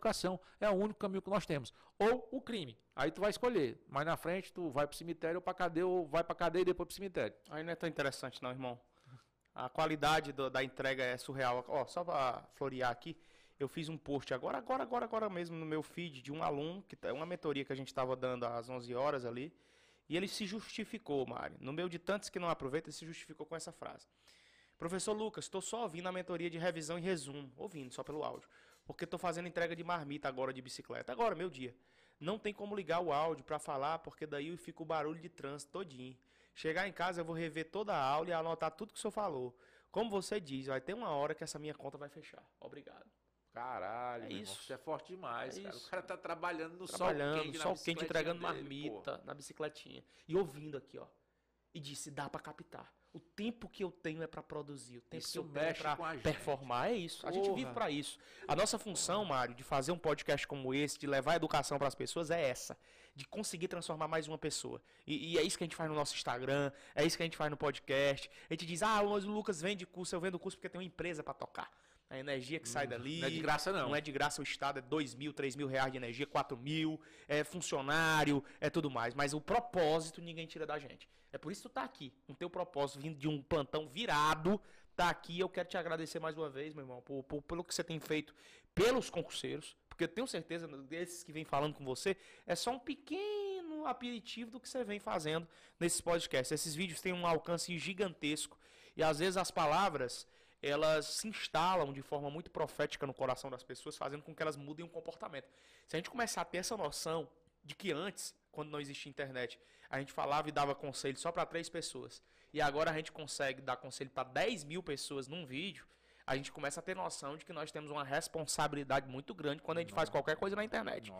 é o único caminho que nós temos. Ou o crime, aí tu vai escolher, mas na frente tu vai pro cemitério ou pra cadeia, ou vai pra cadeia e depois pro cemitério. Aí não é tão interessante não, irmão. A qualidade da entrega é surreal. Ó, só pra florear aqui, eu fiz um post agora mesmo no meu feed de um aluno, que é uma mentoria que a gente estava dando às 11 horas ali, e ele se justificou, Mário. No meio de tantos que não aproveitam, ele se justificou com essa frase. Professor Lucas, estou só ouvindo a mentoria de revisão e resumo, ouvindo só pelo áudio, porque estou fazendo entrega de marmita agora de bicicleta. Agora, meu dia. Não tem como ligar o áudio para falar, porque daí fica o barulho de trânsito todinho. Chegar em casa, eu vou rever toda a aula e anotar tudo que o senhor falou. Como você diz, vai ter uma hora que essa minha conta vai fechar. Obrigado. Caralho, isso. Você é forte demais, cara. Isso. O cara tá trabalhando no sol quente, entregando marmita na bicicletinha. E ouvindo aqui, ó. E disse, dá para captar. O tempo que eu tenho é para produzir, o tempo isso que eu tenho é para performar, é isso. A gente vive para isso. A nossa função, Mário, de fazer um podcast como esse, de levar a educação para as pessoas é essa, de conseguir transformar mais uma pessoa. E é isso que a gente faz no nosso Instagram, é isso que a gente faz no podcast. A gente diz, mas o Lucas vende curso, eu vendo curso porque tem uma empresa para tocar. A energia que sai dali. Não é de graça, não. Não é de graça, o Estado é 2 mil, 3 mil reais de energia, 4 mil, é funcionário, é tudo mais. Mas o propósito ninguém tira da gente. É por isso que tu tá aqui. Com teu propósito, vindo de um plantão virado, tá aqui. Eu quero te agradecer mais uma vez, meu irmão, pelo que você tem feito pelos concurseiros. Porque eu tenho certeza, desses que vem falando com você, é só um pequeno aperitivo do que você vem fazendo nesses podcasts. Esses vídeos têm um alcance gigantesco. E às vezes as palavras, elas se instalam de forma muito profética no coração das pessoas, fazendo com que elas mudem o comportamento. Se a gente começar a ter essa noção de que antes, quando não existia internet, a gente falava e dava conselho só para 3 pessoas, e agora a gente consegue dar conselho para 10 mil pessoas num vídeo, a gente começa a ter noção de que nós temos uma responsabilidade muito grande quando a gente faz qualquer coisa na internet.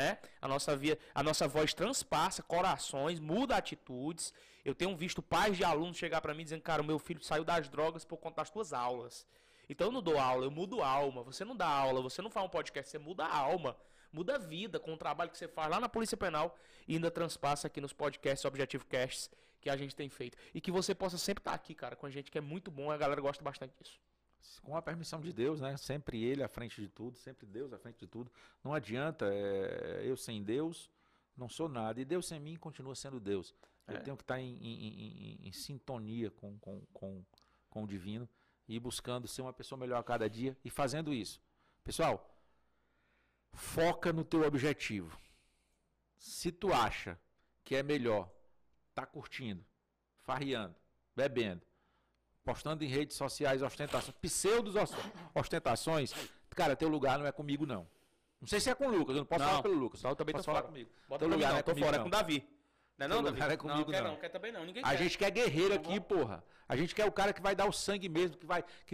A nossa voz transpassa corações, muda atitudes. Eu tenho visto pais de alunos chegar para mim dizendo, cara, o meu filho saiu das drogas por conta das tuas aulas. Então eu não dou aula, eu mudo a alma. Você não dá aula, você não faz um podcast, você muda a alma. Muda a vida com o trabalho que você faz lá na Polícia Penal e ainda transpassa aqui nos podcasts, Objetivo Casts, que a gente tem feito. E que você possa sempre estar aqui, cara, com a gente, que é muito bom, a galera gosta bastante disso. Com a permissão de Deus, né? Sempre Ele à frente de tudo, sempre Deus à frente de tudo. Não adianta, eu sem Deus não sou nada. E Deus sem mim continua sendo Deus. Eu tenho que estar em sintonia com o divino e buscando ser uma pessoa melhor a cada dia e fazendo isso. Pessoal, foca no teu objetivo. Se tu acha que é melhor tá curtindo, farreando, bebendo, postando em redes sociais ostentações, pseudos ostentações, cara, teu lugar não é comigo, não. Não sei se é com o Lucas, eu não posso falar pelo Lucas. Eu também posso falar comigo. Teu lugar não é comigo, fora, é com o Davi. Não é não, Davi? Não é comigo, não. Quer também não. Ninguém quer. A gente quer guerreiro aqui, porra. A gente quer o cara que vai dar o sangue mesmo, que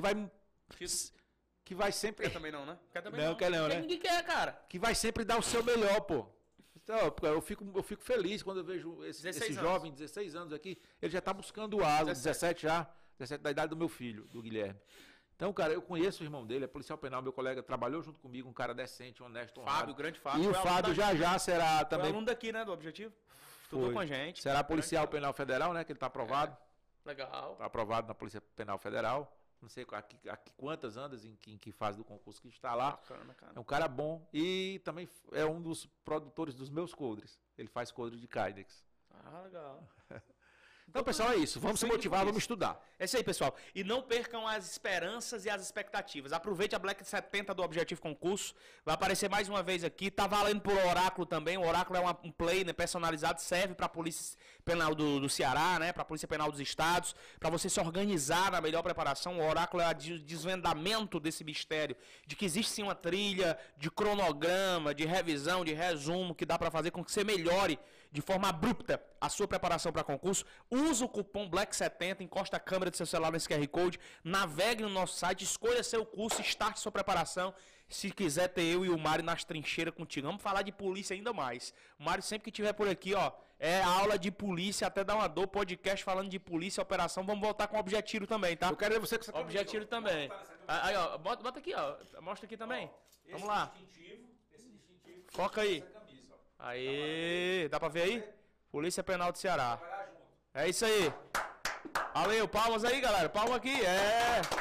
vai sempre... Quer também não, né? Quer também não. Quer não, né? Ninguém quer, cara. Que vai sempre dar o seu melhor, pô. Então, eu fico feliz quando eu vejo esse jovem, 16 anos aqui, ele já tá buscando asa, 17 já, 17 da idade do meu filho, do Guilherme. Então, cara, eu conheço o irmão dele, é policial penal, meu colega, trabalhou junto comigo, um cara decente, honesto, honrado. Fábio, grande Fábio. E o Fábio já será também... Foi aluno daqui, né, do Objetivo? Estudou com a gente. Será policial penal federal, né, que ele tá aprovado. Legal. Tá aprovado na Polícia Penal Federal. Não sei aqui quantas andas, em que fase do concurso que está lá. Bacana, cara. É um cara bom e também é um dos produtores dos meus coldres. Ele faz coldre de Kydex. Ah, legal. Então, pessoal, é isso. Vamos se motivar, vamos estudar. É isso aí, pessoal. E não percam as esperanças e as expectativas. Aproveite a Black 70 do Objetivo Concurso. Vai aparecer mais uma vez aqui. Tá valendo por Oráculo também. O Oráculo é um play, né, personalizado. Serve para a Polícia Penal do Ceará, né, para a Polícia Penal dos Estados. Para você se organizar na melhor preparação. O Oráculo é o desvendamento desse mistério. De que existe sim uma trilha de cronograma, de revisão, de resumo, que dá para fazer com que você melhore de forma abrupta a sua preparação para concurso. Usa o cupom BLACK70, encosta a câmera do seu celular nesse QR Code, navegue no nosso site, escolha seu curso, starte sua preparação. Se quiser ter eu e o Mário nas trincheiras contigo, vamos falar de polícia ainda mais. O Mário sempre que estiver por aqui, ó, é aula de polícia, até dar uma dor, podcast falando de polícia, operação. Vamos voltar com o Objetivo também, tá? Eu quero ver você com essa camisa. Objetivo também. Aí, ó, bota aqui, ó, mostra aqui também. Ó, vamos lá. Esse distintivo. Foca aí. Aí, dá pra ver aí? Polícia Penal do Ceará. É isso aí. Valeu, palmas aí, galera. Palmas aqui,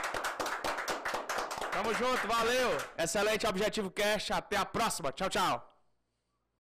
Tamo junto, valeu. Excelente Objetivo Cast. Até a próxima. Tchau, tchau.